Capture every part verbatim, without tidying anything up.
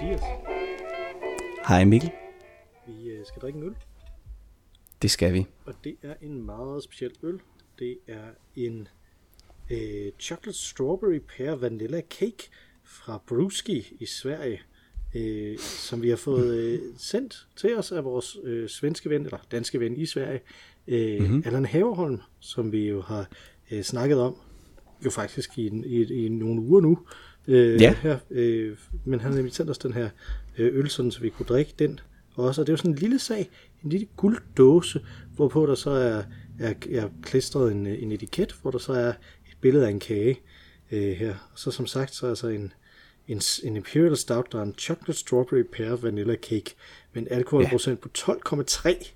Mathias. Hej Mikkel. Vi øh, skal drikke en øl. Det skal vi. Og det er en meget speciel øl. Det er en øh, chocolate strawberry pear vanilla cake fra Brewski i Sverige, øh, som vi har fået øh, sendt til os af vores øh, svenske ven, eller danske ven i Sverige, øh, mm-hmm. Allan Haverholm, som vi jo har øh, snakket om, jo faktisk i, i, i nogle uger nu. Øh, ja. Her, øh, men han har nemlig sendt os den her øh, øl, sådan, så vi kunne drikke den også. Og det er jo sådan en lille sag, en lille gulddåse, hvorpå der så er, er, er klistret en, en etiket, hvor der så er et billede af en kage øh, her. Og så som sagt, så er så en, en, en Imperial Stout, der er en chocolate strawberry pear vanilla cake, med en alkoholprocent ja. på tolv komma tre.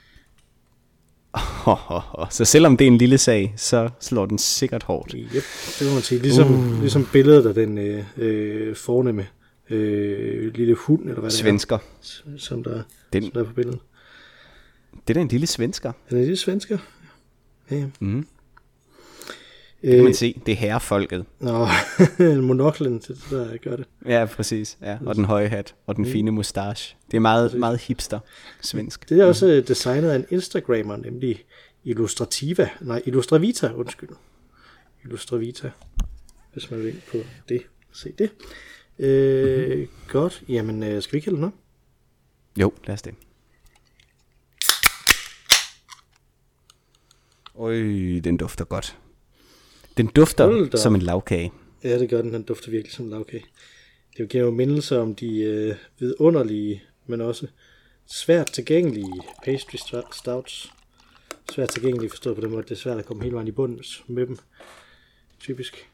Oh, oh, oh. Så selvom det er en lille sag, så slår den sikkert hårdt. Yep, det må man sige. Ligesom, uh. ligesom billedet af den øh, øh, fornemme øh, lille hund, eller hvad det svensker. er, som der, den, som der er på billedet. Det er da en lille svensker. Er det en lille svensker? Ja, ja. Mm. Det kan man se, det er herrefolket. Nå, monoklen til det, der gør det. Ja, præcis. Ja. Og den høje hat, og den mm. fine mustache. Det er meget, meget hipster svensk. Det er også mm. designet af en Instagrammer, nemlig Illustrativa. Nej, Illustravita, undskyld. Illustravita, hvis man vil ind på det. Se det. Øh, mm-hmm. Godt. Jamen, skal vi ikke hælde den op? Jo, lad os det. Øj, den dufter godt. Den dufter som en lagkage. Ja, det gør den. Den dufter virkelig som en lagkage. Det giver jo mindelser om de øh, vidunderlige, men også svært tilgængelige pastry stouts. Svært tilgængelige forstået på den måde, det er svært at komme hele vejen i bunden med dem. Typisk.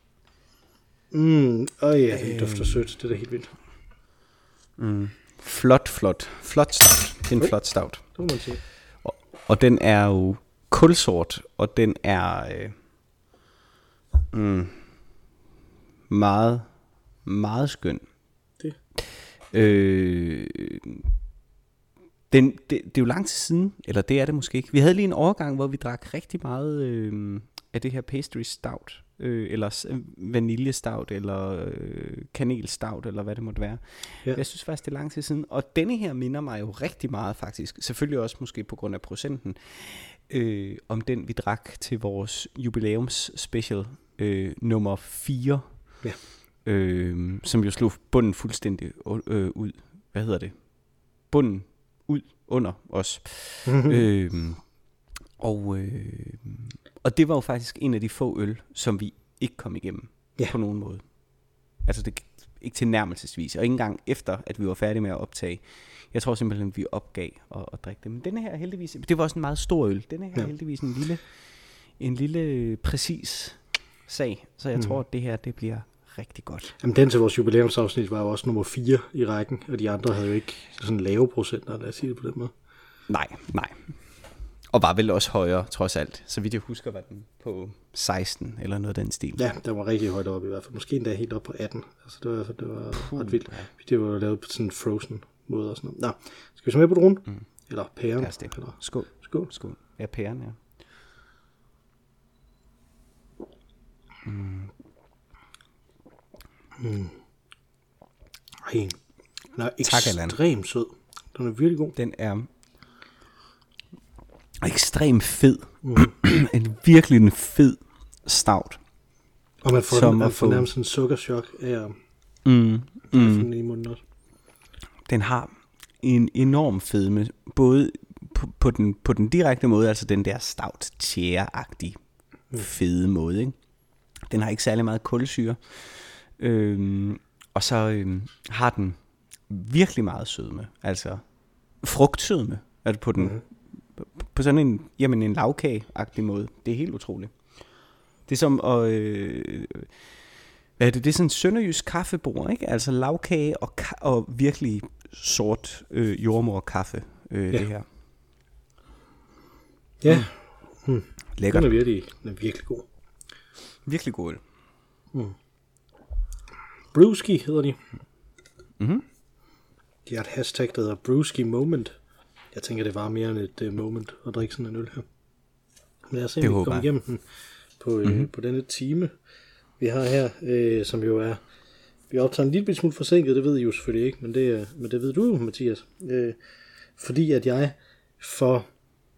Mm, øj, ja, den dufter sødt. Det er da helt vildt. Mm. Flot, flot. Flot stout. Det er en okay. flot stout. Det må man sige. Og, og den er jo kulsort, og den er øh, mm, meget, meget skøn. Det. Øh, den, det, det er jo lang tid siden, eller det er det måske ikke. Vi havde lige en overgang, hvor vi drak rigtig meget øh, af det her pastry stout, øh, eller vanilje stout, eller øh, kanel stout, eller hvad det måtte være. Ja. Jeg synes faktisk, det er lang tid siden. Og denne her minder mig jo rigtig meget faktisk, selvfølgelig også måske på grund af procenten, øh, om den vi drak til vores jubilæums special øh, nummer fire, ja. øh, som jo slog bunden fuldstændig øh, ud. Hvad hedder det? Bunden ud under os. Mm-hmm. øh, og, øh, og det var jo faktisk en af de få øl, som vi ikke kom igennem ja. på nogen måde. Altså det ikke tilnærmelsesvis, og ikke engang efter, at vi var færdige med at optage. Jeg tror simpelthen, at vi opgav at, at drikke det. Men denne her er heldigvis, det var også en meget stor øl. Denne her ja. er heldigvis en lille, en lille præcis sag. Så jeg mm. tror, at det her, det bliver rigtig godt. Jamen den til vores jubilæumsafsnit var jo også nummer fire i rækken, og de andre havde jo ikke sådan lave procenter, lad os sige det på den måde. Nej, nej. Og var vel også højere, trods alt. Så vidt jeg husker, var den på seksten eller noget af den stil. Ja, den var rigtig højt op i hvert fald. Måske endda helt op på atten. Altså det var i hvert fald, det var Puh, ret vildt. Ja. Det var lavet på sådan en frozen måde og sådan noget. Nå, skal vi så med på dronen? Mm. Eller pæren? Eller... Skål. Skål. Skål. Ja, pæren, ja. Mm. Mm. Ej, den er ekstremt sød. Den er virkelig god. Den er ekstremt fed. Mm. En virkelig en fed stout. Og man får, den, man får nærmest sådan en sukkerchok af mm. mm. den i munden også. Den har en enorm fedme, både på, på, den, på den direkte måde, altså den der stout tjære-agtige mm. fede måde, ikke? Den har ikke særlig meget kulsyre. Øhm, og så øhm, har den virkelig meget sødme, altså frugtsødme, altså på den mm. på, på sådan en, jamen en lavkage-agtig måde. Det er helt utroligt. Det er som at, øh, hvad er det? Det er sådan en sønderjysk kaffebord, ikke? Altså lavkage og, ka- og virkelig sort øh, jordmorkaffe, øh, ja. det her. Ja. Mm. Mm. Lækkert. Den er virkelig, den er virkelig god. Virkelig god øl. Mm. Brewski hedder de. Mhm. De har et hashtag, der hedder Brewski Moment. Jeg tænker, det var mere end et uh, moment at drikke sådan en øl her. Men lad os se, om vi kommer igennem den på, mm-hmm. øh, på denne time, vi har her, øh, som jo er vi optager en lille smule forsinket, det ved I jo selvfølgelig ikke, men det, men det ved du jo, Mathias. Øh, fordi at jeg for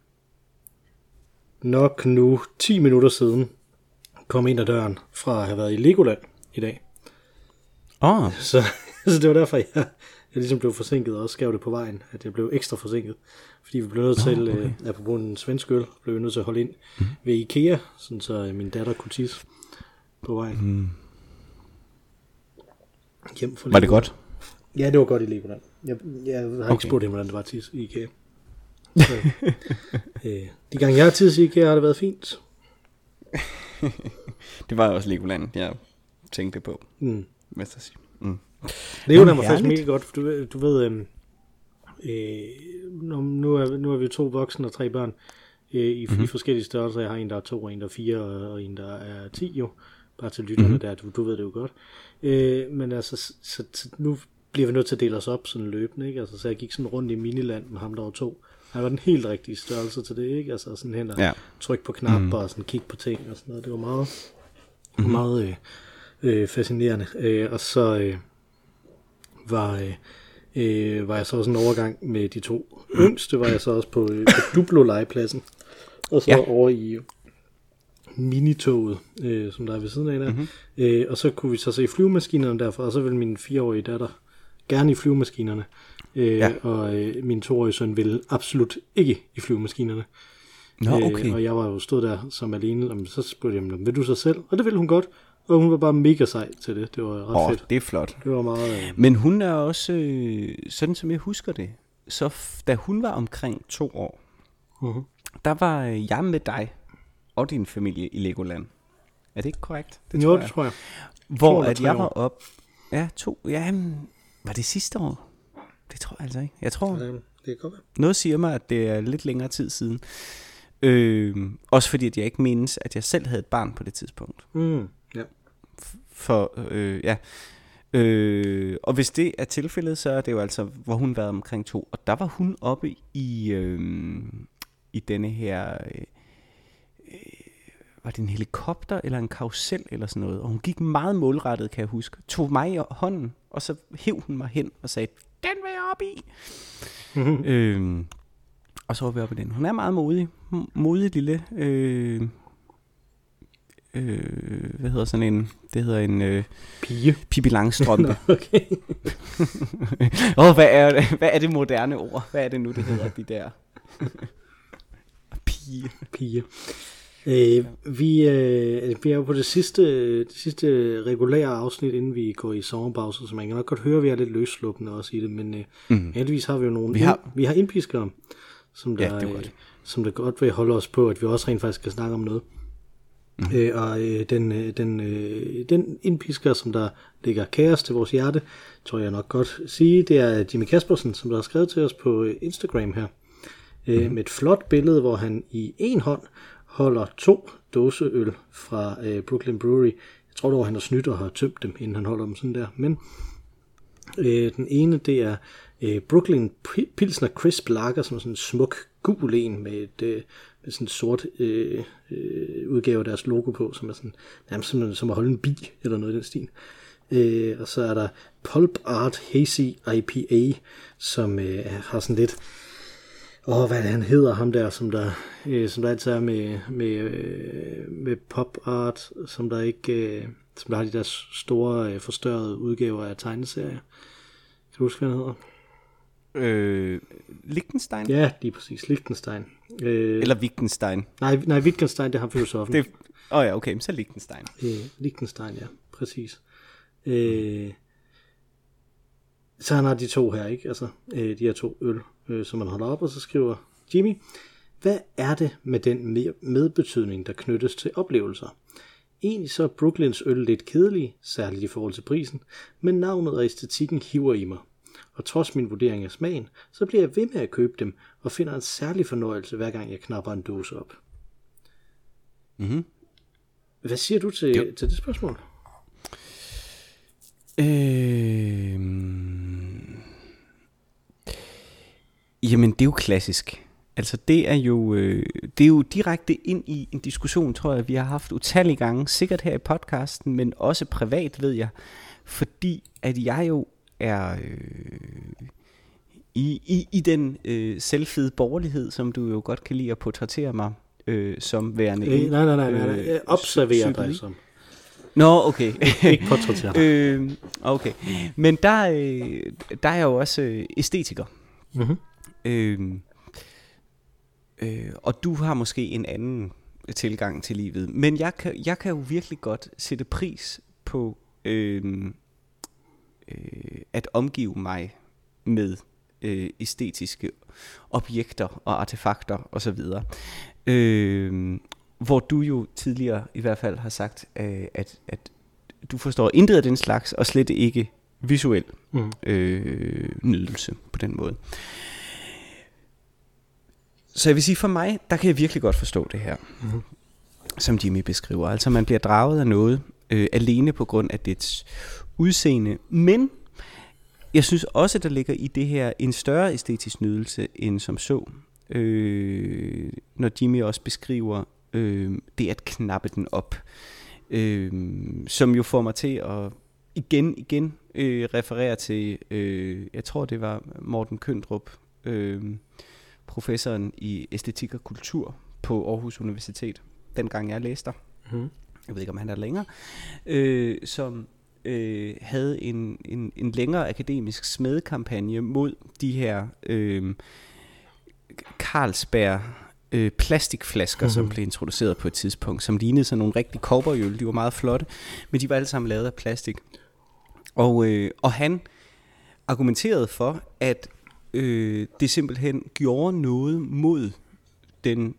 nok nu ti minutter siden kom ind ad døren fra at have været i Legoland i dag. Oh. Så, så det var derfor, jeg, jeg ligesom blev forsinket, og også skrev det på vejen, at jeg blev ekstra forsinket. Fordi vi blev nødt til, oh, okay. øh, apropos en svensk øl, blev vi nødt til at holde ind mm. ved IKEA, sådan så min datter kunne tisse på vejen. Mm. Hjem for var det godt? Ja, det var godt i Legoland. Jeg, jeg har okay. ikke spurgt hende, hvordan det var at tisse i IKEA. Så, øh, de gange jeg har tisset i IKEA, har det været fint. Det var også Legoland, jeg tænkte på. Mm. Mm. Legoland var faktisk mega godt, for du, du ved, øh, øh, nu, er, nu er vi to voksne og tre børn øh, i, mm-hmm. i forskellige størrelser. Jeg har en, der er to, og en, der er fire, og en, der er ti jo. Bare til lytterne mm-hmm. der, du, du ved det jo godt. Øh, men altså, så, så, så nu bliver vi nødt til at dele os op sådan løbende, ikke? Altså, så jeg gik sådan rundt i miniland med ham, der var to. Han var den helt rigtige størrelse til det, ikke? Altså sådan hen og ja. trykke på knapper mm. og sådan kigge på ting og sådan noget. Det var meget, mm-hmm. meget øh, øh, fascinerende. Øh, og så øh, var, øh, øh, var jeg så også en overgang med de to yngste, var jeg så også på, øh, på Duplo-legepladsen. Og så ja. over i minitoget, øh, som der er ved siden af der. Mm-hmm. Øh, og så kunne vi så se flyvemaskinerne derfra, og så ville min fireårige datter gerne i flyvemaskinerne. Øh, ja. Og øh, min toårige søn ville absolut ikke i flyvemaskinerne. Nå, okay. øh, og jeg var jo stået der som alene, og så spurgte jeg dem, vil du så selv? Og det ville hun godt, og hun var bare mega sej til det. Det var ret oh, fedt. Det er flot. Det var meget. Øh... Men hun er også, øh, sådan som jeg husker det, så f- da hun var omkring to år, uh-huh. der var jeg med dig og din familie i Legoland. Er det ikke korrekt? Det tror jo, jeg. det tror jeg. Hvor at jeg var op, ja, to, ja, var det sidste år? Det tror jeg altså ikke. Jeg tror, ja, det er godt. Noget siger mig, at det er lidt længere tid siden. Øh, også fordi, at jeg ikke mindes, at jeg selv havde et barn på det tidspunkt. Mm, ja. For, øh, ja. Øh, og hvis det er tilfældet, så er det jo altså, hvor hun var omkring to. Og der var hun oppe i, øh, i denne her... Øh, var det en helikopter eller en karusel eller sådan noget. Og hun gik meget målrettet, kan jeg huske. Tog mig i hånden, og så hev hun mig hen og sagde, den vil jeg op i. Mm-hmm. Øh, og så var vi oppe i den. Hun er meget modig. Modig lille... Øh, øh, hvad hedder sådan en... Det hedder en... Øh, Pige. Pippi Langstrømpe. Nå, okay. Åh, oh, hvad, er, hvad er det moderne ord? Hvad er det nu, det hedder, de der? Pige. Pige. Øh, vi, øh, vi er jo på det sidste, det sidste regulære afsnit, inden vi går i sommerpause, så man kan nok godt høre, at vi er lidt løsluppende også i det, men øh, mm. heldigvis har vi jo nogle, vi har, ind, vi har indpiskere, som der, ja, øh, som der godt vil holde os på, at vi også rent faktisk skal snakke om noget. Mm. Øh, og øh, den, øh, den, øh, den indpisker, som der ligger kæres til vores hjerte, tror jeg nok godt sige, det er Jimmy Kaspersen, som der har skrevet til os på Instagram her, øh, mm. med et flot billede, hvor han i en hånd holder to dåseøl fra øh, Brooklyn Brewery. Jeg tror dog, han har snydt og har tømt dem, inden han holder dem sådan der. Men øh, den ene, det er øh, Brooklyn Pilsner Crisp Lager, som er sådan en smuk gul en med, et, øh, med sådan en sort øh, øh, udgave af deres logo på, som er sådan, nærmest som, som at holde en bi, eller noget i den stil. Øh, og så er der Pulp Art Hazy I P A, som øh, har sådan lidt... Og hvad han hedder, ham der, som der, øh, som der altid er med, med, øh, med pop art, som der ikke, øh, som der har de der store øh, forstørrede udgaver af tegneserier. Kan du huske, hvad han hedder? Øh, Lichtenstein? Ja, lige præcis, Lichtenstein. Øh, Eller Wittgenstein? Nej, nej, Wittgenstein, det er ham filosofen. Åh oh ja, okay, så Lichtenstein. Øh, Lichtenstein, ja, præcis. Øh, så han har de to her, ikke? Altså, øh, de her to øl. Som man holder op, og så skriver Jimmy, hvad er det med den medbetydning, der knyttes til oplevelser? Egentlig så er Brooklyns øl lidt kedelig, særligt i forhold til prisen, men navnet og æstetikken hiver i mig. Og trods min vurdering af smagen, så bliver jeg ved med at købe dem, og finder en særlig fornøjelse, hver gang jeg knapper en dåse op. Mm-hmm. Hvad siger du til, til det spørgsmål? Øh... Jamen, det er jo klassisk. Altså, det er jo, øh, det er jo direkte ind i en diskussion, tror jeg, vi har haft utallige gange, sikkert her i podcasten, men også privat, ved jeg, fordi at jeg jo er øh, i, i, i den øh, selvfede borgerlighed, som du jo godt kan lide at portrættere mig øh, som værende. Øh, nej, nej, nej, nej, nej. Jeg observerer dig som. Nå, okay. Ikke portrættere dig. øh, okay. Men der, øh, der er jeg jo også øh, æstetiker. Mm-hmm. Øh, øh, og du har måske en anden tilgang til livet. Men jeg kan, jeg kan jo virkelig godt sætte pris på øh, øh, at omgive mig med øh, æstetiske objekter og artefakter osv. Øh, hvor du jo tidligere i hvert fald har sagt, øh, at, at du forstår intet af den slags, og slet ikke visuel mm. øh, nydelse på den måde. Så jeg vil sige, for mig, der kan jeg virkelig godt forstå det her, mm. som Jimmy beskriver. Altså man bliver draget af noget øh, alene på grund af dets udseende, men jeg synes også, der ligger i det her en større æstetisk nydelse end som så, øh, når Jimmy også beskriver øh, det at knappe den op, øh, som jo får mig til at igen igen øh, referere til, øh, jeg tror det var Morten Køndrup, øh, professoren i æstetik og kultur på Aarhus Universitet, dengang jeg læste der. Mm. Jeg ved ikke, om han er længere, øh, som øh, havde en, en, en længere akademisk smedekampagne mod de her øh, Carlsberg øh, plastikflasker, mm-hmm. som blev introduceret på et tidspunkt, som lignede sådan nogle rigtig cowboyøl. De var meget flotte, men de var alle sammen lavet af plastik. Og, øh, og han argumenterede for, at øh, det simpelthen gjorde noget mod den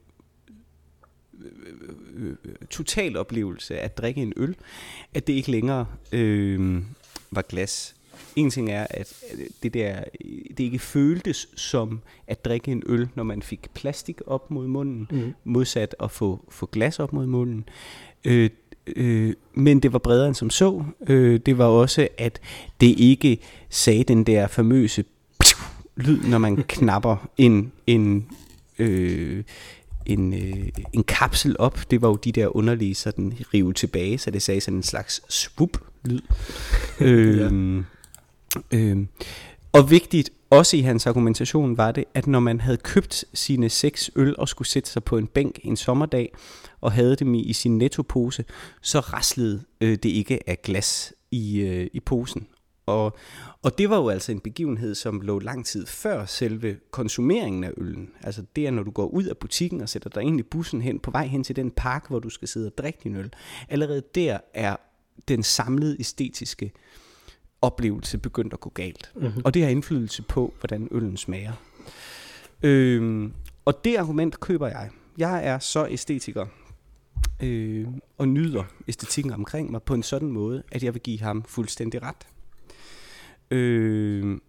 øh, øh, totale oplevelse at drikke en øl, at det ikke længere øh, var glas. En ting er, at det der, det ikke føltes som at drikke en øl, når man fik plastik op mod munden, mm. modsat at få, få glas op mod munden. Øh, øh, men det var bredere end som så. Øh, det var også, at det ikke sagde den der famøse lyd, når man knapper en, en, øh, en, øh, en kapsel op. Det var jo de der underlige sådan rive tilbage, så det sagde sådan en slags swoop-lyd. øh, ja. Øh, og vigtigt også i hans argumentation var det, at når man havde købt sine seks øl og skulle sætte sig på en bænk en sommerdag og havde dem i, i sin nettopose, så raslede øh, det ikke af glas i, øh, i posen. Og, og det var jo altså en begivenhed, som lå lang tid før selve konsumeringen af øllen. Altså det er, når du går ud af butikken og sætter dig ind i bussen hen, på vej hen til den park, hvor du skal sidde og drikke din øl. Allerede der er den samlede æstetiske oplevelse begyndt at gå galt. Mm-hmm. Og det har indflydelse på, hvordan øllen smager. Øhm, og det argument køber jeg. Jeg er så æstetiker, øh, og nyder æstetikken omkring mig på en sådan måde, at jeg vil give ham fuldstændig ret. Øh,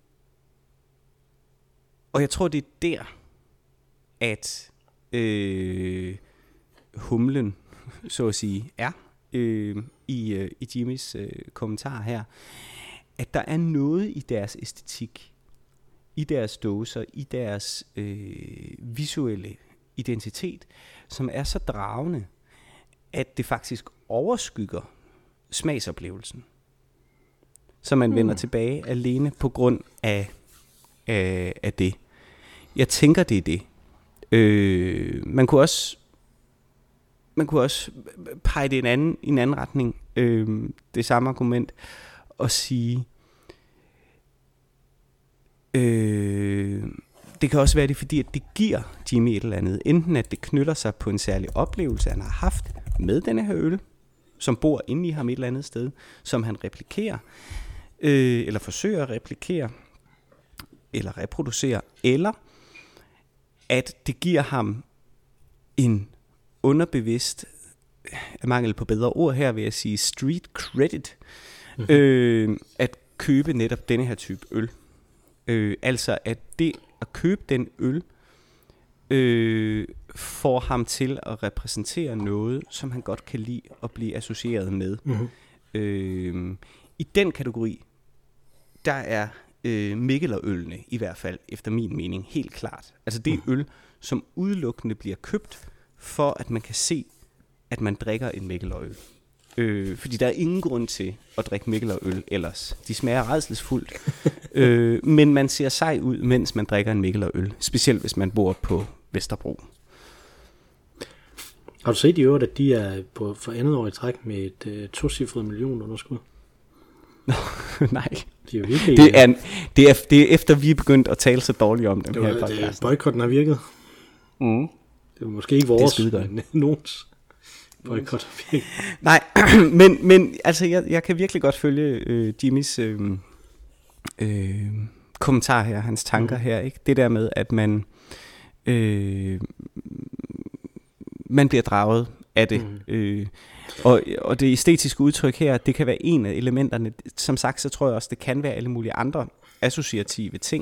og jeg tror, det er der, at øh, humlen, så at sige, er øh, i, øh, i Jimmys øh, kommentar her, at der er noget i deres æstetik, i deres dåser, i deres øh, visuelle identitet, som er så dragende, at det faktisk overskygger smagsoplevelsen. Så man mm. vender tilbage alene på grund af, af, af det. Jeg tænker, det er det. Øh, man kunne også man kunne også pege det i en anden, i en anden retning, øh, det samme argument, og sige, øh, det kan også være det, fordi at det giver Jimmy et eller andet. Enten at det knytter sig på en særlig oplevelse, han har haft med denne her øl, som bor inde i ham et eller andet sted, som han replikerer, øh, eller forsøger at replikere, eller reproducere, eller at det giver ham en underbevidst, af mangel på bedre ord her, vil jeg sige street credit, mm-hmm. øh, at købe netop denne her type øl. Øh, altså at det at købe den øl øh, får ham til at repræsentere noget, som han godt kan lide at blive associeret med. Mm-hmm. Øh, I den kategori, der er øh, Mikkelerølene i hvert fald, efter min mening, helt klart. Altså det er øl, som udelukkende bliver købt, for at man kan se, at man drikker en Mikkelerøl. Øh, fordi der er ingen grund til at drikke Mikkeller øl ellers. De smager rædselsfuldt. øh, men man ser sej ud, mens man drikker en Mikkeller øl. Specielt hvis man bor på Vesterbro. Har du set i øvrigt, at de er på for andet år i træk med et uh, tocifret million underskud? Nej. De er virkelig, det, er, det, er, det er efter, vi er begyndt at tale så dårligt om dem det her var, podcast. Boykotten har virket. Mm. Det er måske ikke vores, men nogens boykot har virket. Nej, men, men altså, jeg, jeg kan virkelig godt følge øh, Jimmys øh, øh, kommentar her, hans tanker mm. her. Ikke? Det der med, at man, øh, man bliver draget af det. Mm. Øh, og, og det æstetiske udtryk her, det kan være en af elementerne. Som sagt, så tror jeg også, det kan være alle mulige andre associative ting,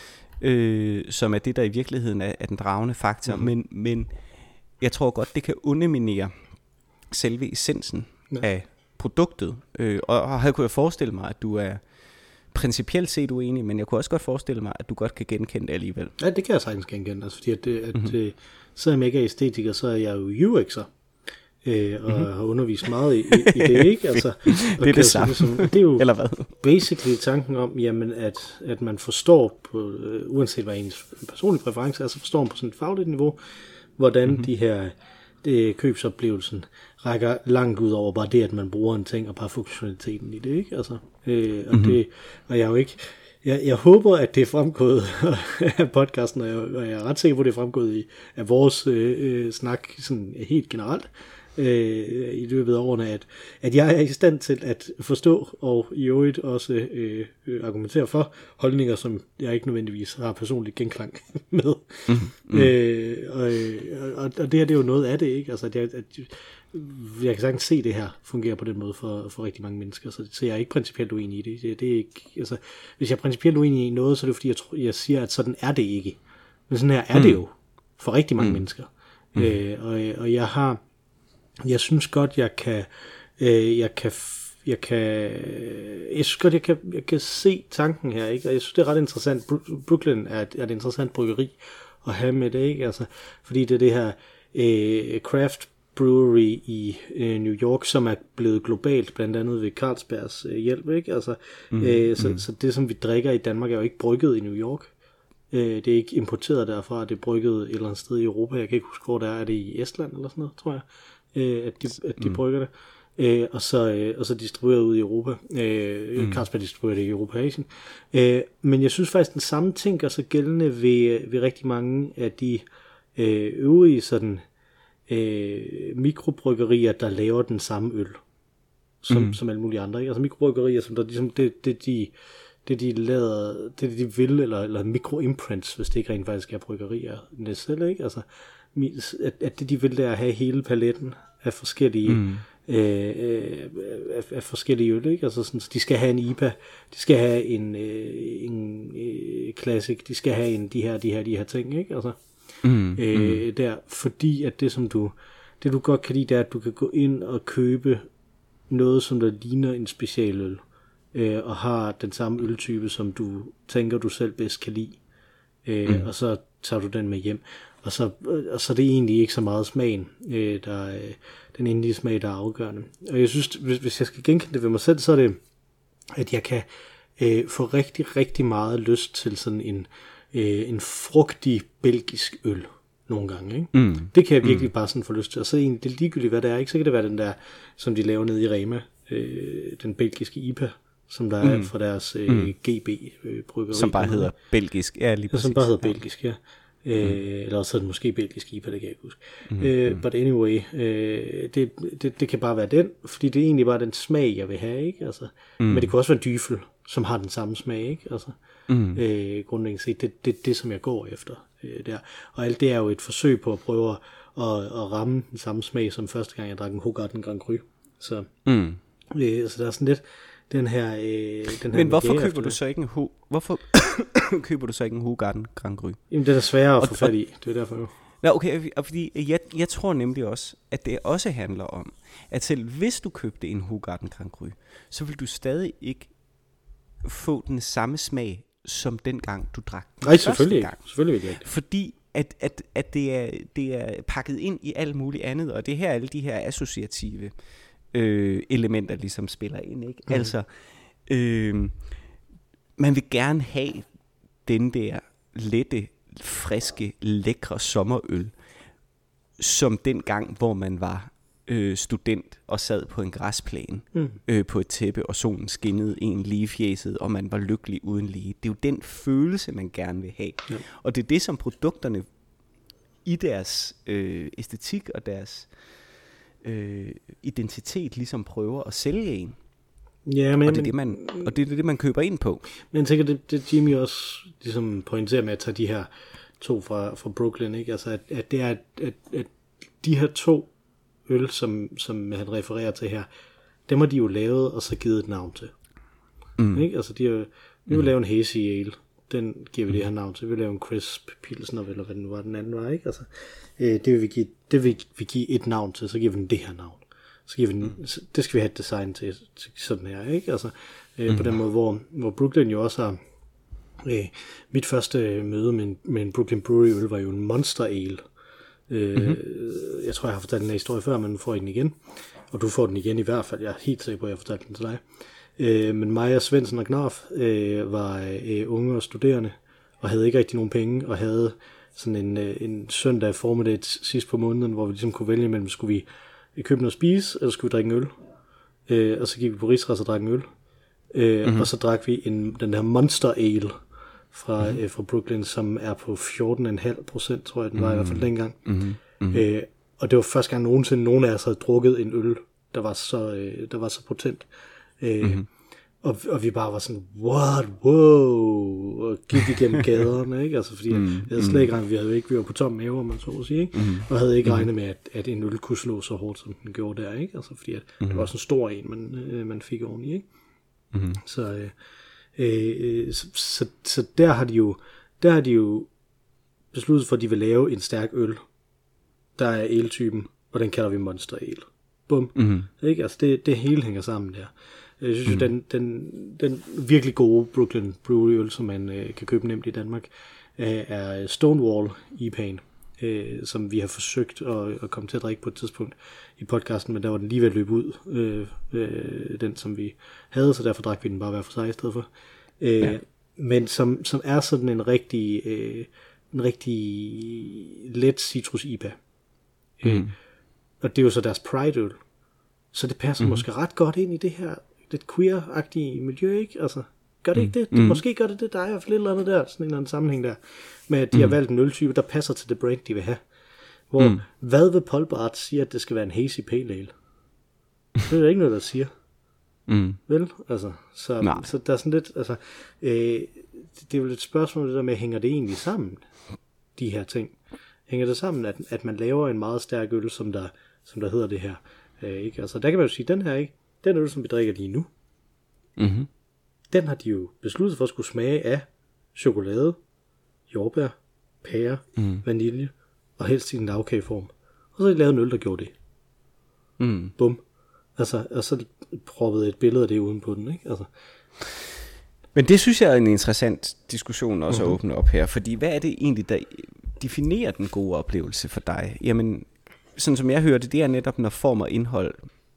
øh, som er det, der i virkeligheden er, er den dragende faktor. Mm. Men, men jeg tror godt, det kan underminere selve essensen ja. af produktet. Øh, og, og her kunne jeg forestille mig, at du er principielt set uenig, men jeg kunne også godt forestille mig, at du godt kan genkende det alligevel. Ja, det kan jeg sagtens genkende. Altså, fordi at, at, mm-hmm. at, selvom jeg ikke er æstetiker, så er jeg jo U X'er. Øh, og mm-hmm. har undervist meget i, i, i det, ikke? Altså, det er det samme. Ligesom, det er jo eller hvad? Basically tanken om, jamen, at, at man forstår, på, uh, uanset hvad ens personlige præference er, så forstår man på sådan et fagligt niveau, hvordan mm-hmm. de her det, købsoplevelsen rækker langt ud over bare det, at man bruger en ting og bare funktionaliteten i det, ikke? Altså, øh, og, mm-hmm. det, og jeg er jo ikke Jeg, jeg håber, at det er fremgået af podcasten, og jeg, og jeg er ret sikker på, at det er fremgået i, af vores øh, snak sådan helt generelt øh, i løbet af årene, at, at jeg er i stand til at forstå og i øvrigt også øh, argumentere for holdninger, som jeg ikke nødvendigvis har personligt genklang med. Mm-hmm. Øh, og, og, og det her, det er jo noget af det, ikke? Altså, at jeg, at jeg kan sagtens se det her fungerer på den måde for, for rigtig mange mennesker, så, så jeg er ikke principielt uenig i det. det, det er ikke, altså, hvis jeg er principielt uenig i noget, så er det fordi, jeg, tror, jeg siger, at sådan er det ikke. Men sådan her er mm. det jo for rigtig mange mm. mennesker. Mm. Øh, og, og jeg har, jeg synes godt, jeg kan, øh, jeg kan, jeg kan, jeg synes godt, jeg kan, jeg kan se tanken her, ikke? Og jeg synes, det er ret interessant. Brooklyn er et, er et interessant bryggeri at have med det, ikke? Altså, fordi det er det her øh, craft brewery i øh, New York, som er blevet globalt, blandt andet ved Carlsbergs øh, hjælp, ikke? Altså, mm, øh, så, mm. så det, som vi drikker i Danmark, er jo ikke brygget i New York. Øh, det er ikke importeret derfra, det er brygget et eller andet sted i Europa. Jeg kan ikke huske, hvor det er. Er det i Estland eller sådan noget, tror jeg, øh, at de, at de mm. brygger det. Øh, og, så, øh, og så distribueret ud i Europa. Øh, mm. Carlsberg distribuerer det i Europa og Asien. Øh, men jeg synes faktisk, den samme ting gør sig gældende ved, ved rigtig mange af de øh, øvrige sådan Øh, mikrobryggerier, der laver den samme øl som, mm. som alle mulige andre, ikke? Altså mikrobryggerier, som der ligesom det, det de det de lader, det de vil, eller, eller mikroimprints, hvis det ikke rent faktisk er bryggerier næsten, ikke? Altså at, at det de vil, det er at have hele paletten af forskellige mm. øh, af, af forskellige øl, ikke? Altså sådan, så de skal have en I P A, de skal have en øh, en øh, classic, de skal have en de her de her de her ting, ikke? Altså Mm, øh, mm. der, fordi at det som du det du godt kan lide, det er at du kan gå ind og købe noget som der ligner en specialøl øh, og har den samme øltype som du tænker du selv bedst kan lide øh, mm. og så tager du den med hjem, og så, og så er det egentlig ikke så meget smagen øh, der øh, den endelige smag der er afgørende. Og jeg synes, hvis, hvis jeg skal genkende det ved mig selv, så er det at jeg kan øh, få rigtig rigtig meget lyst til sådan en Øh, en frugtig belgisk øl nogle gange, ikke? Mm. Det kan jeg virkelig mm. bare sådan få lyst til. Og så egentlig, det er ligegyldigt, hvad det er, ikke? Så kan det være den der, som de laver nede i Rema, øh, den belgiske I P A, som der mm. er fra deres øh, mm. G B-bryggeri. Øh, som bare hedder belgisk, ja, lige præcis. Ja, som bare hedder belgisk, ja. Øh, mm. Eller også er det måske belgisk I P A, det kan jeg ikke huske. Mm. Øh, but anyway, øh, det, det, det kan bare være den, fordi det er egentlig bare den smag, jeg vil have, ikke? Altså, mm. Men det kan også være en dyfel, som har den samme smag, ikke? Altså, mm. øh, grundlæggende set, det, det, det som jeg går efter øh, der. Og alt det er jo et forsøg på at prøve at, at, at ramme den samme smag, som første gang jeg drak en Hoegaarden Grand Cru. Så, mm. øh, så der er sådan lidt den her... Øh, den her Men hvorfor køber du så ikke en Ho- hvorfor køber du så ikke en Hoegaarden Grand Cru? Jamen det er sværere at få fat i, det er derfor jo. Ja, okay, fordi jeg, jeg tror nemlig også, at det også handler om, at selv hvis du købte en Hoegaarden Grand Cru, så vil du stadig ikke få den samme smag, som dengang du drak den Nej, selvfølgelig ikke. Selvfølgelig vil jeg ikke. Fordi at, at, at det, er, det er pakket ind i alt muligt andet, og det her alle de her associative øh, elementer ligesom spiller ind, ikke? Mm. Altså, øh, man vil gerne have den der lette, friske, lækre sommerøl, som den gang, hvor man var øh, student og sad på en græsplæne mm. øh, på et tæppe, og solen skinnede en lige i fjeset, og man var lykkelig uden lige. Det er jo den følelse, man gerne vil have. Ja. Og det er det, som produkterne i deres øh, æstetik og deres øh, identitet ligesom prøver at sælge en. Ja, men, og, det er det, man, og det er det, man køber ind på. Men jeg tænker, det, det Jimmy også ligesom pointerer med at tage de her to fra, fra Brooklyn, ikke? Altså, at, at det er, at, at, at de her to øl, som, som han refererer til her, dem har de jo lavet, og så givet et navn til. Mm. Ikke? Altså, de har, vi vil mm. lave en hazy ale, den giver vi det her navn til. Vi vil lave en crisp pilsner, eller hvad den var, den anden var, ikke? Altså, øh, det vil vi give, det vil vi give et navn til, så giver vi den det her navn. Så giver vi den, mm. det skal vi have et design til, til sådan her, ikke? Altså, øh, mm. på den måde, hvor, hvor Brooklyn jo også har, øh, mit første møde med en, med en Brooklyn Brewery øl var jo en Monster Ale. Øh, mm-hmm. Jeg tror, jeg har fortalt den her historie før, men nu får jeg den igen. Og du får den igen i hvert fald. Jeg er helt sikker på, at jeg har fortalt den til dig. Øh, men mig og Svendsen og Knarf øh, var øh, unge og studerende, og havde ikke rigtig nogen penge, og havde sådan en, øh, en søndag formiddag sidst på måneden, hvor vi ligesom kunne vælge mellem, skulle vi købe noget at spise, eller skulle vi drikke en øl. Øh, og så gik vi på Rigsrets og drak en øl. Øh, mm-hmm. Og så drak vi en, den her Monster Ale fra, mm-hmm. øh, fra Brooklyn, som er på fjorten komma fem procent, tror jeg, den var mm-hmm. i hvert fald dengang. Mm-hmm. Mm-hmm. Øh, og det var første gang nogensinde, nogen af os havde drukket en øl, der var så, øh, der var så potent. Øh, mm-hmm. og, og vi bare var sådan, what, wow, og gik igennem gaderne, ikke? Altså, fordi mm-hmm. jeg havde slet ikke regnet, vi havde ikke, vi var på tom mave, man så at sige, ikke? Mm-hmm. Og havde ikke regnet med, at, at en øl kunne slå så hårdt, som den gjorde der, ikke? Altså, fordi at mm-hmm. det var sådan en stor en, man, øh, man fik oveni, ikke? Mm-hmm. Så, øh, øh, så, så, så der har de jo, der har de jo besluttet for, at de vil lave en stærk øl, der er eltypen, og den kalder vi Monster Ale. Bum. Mm-hmm. Ikke? Altså, det, det hele hænger sammen der. Jeg synes mm-hmm. jo, den, den, den virkelig gode Brooklyn Brewery øl, som man øh, kan købe nemt i Danmark, øh, er Stonewall I P A'en, øh, som vi har forsøgt at, at komme til at drikke på et tidspunkt i podcasten, men der var den lige ved at løbe ud, øh, øh, den som vi havde, så derfor drak vi den bare hver for sig i stedet for. Øh, ja. Men som, som er sådan en rigtig, øh, en rigtig let citrus I P A. Mm. Øh, og det er jo så deres Pride-øl. Så det passer mm. måske ret godt ind i det her lidt queer-agtige miljø, ikke? Altså, gør det mm. ikke det? det mm. Måske gør det det, der er i hvert fald et eller andet der, sådan en eller anden sammenhæng der, med at de mm. har valgt en øltype, der passer til det brand, de vil have. Hvor, mm. hvad vil Paul Bart sige, at det skal være en hazy pale ale? Det er der ikke noget, der siger. Mm. Vel? Altså, så, så der er sådan lidt, altså, øh, det er jo et spørgsmål, det der med, hænger det egentlig sammen, de her ting? Hænger det sammen, at, at man laver en meget stærk øl, som der, som der hedder det her? Øh, ikke? Altså, der kan man jo sige, den her, ikke? Den øl, som vi drikker lige nu, mm-hmm. den har de jo besluttet for at skulle smage af chokolade, jordbær, pære, mm. vanilje, og helst i en lavkageform. Og så har de lavet en øl, der gjorde det. Mm. Bum. Altså, og så proppede et billede af det uden på den, ikke? Altså. Men det synes jeg er en interessant diskussion også mm-hmm. at åbne op her, fordi hvad er det egentlig, der definerer den gode oplevelse for dig? Jamen, sådan som jeg hørte, det er netop, når form og indhold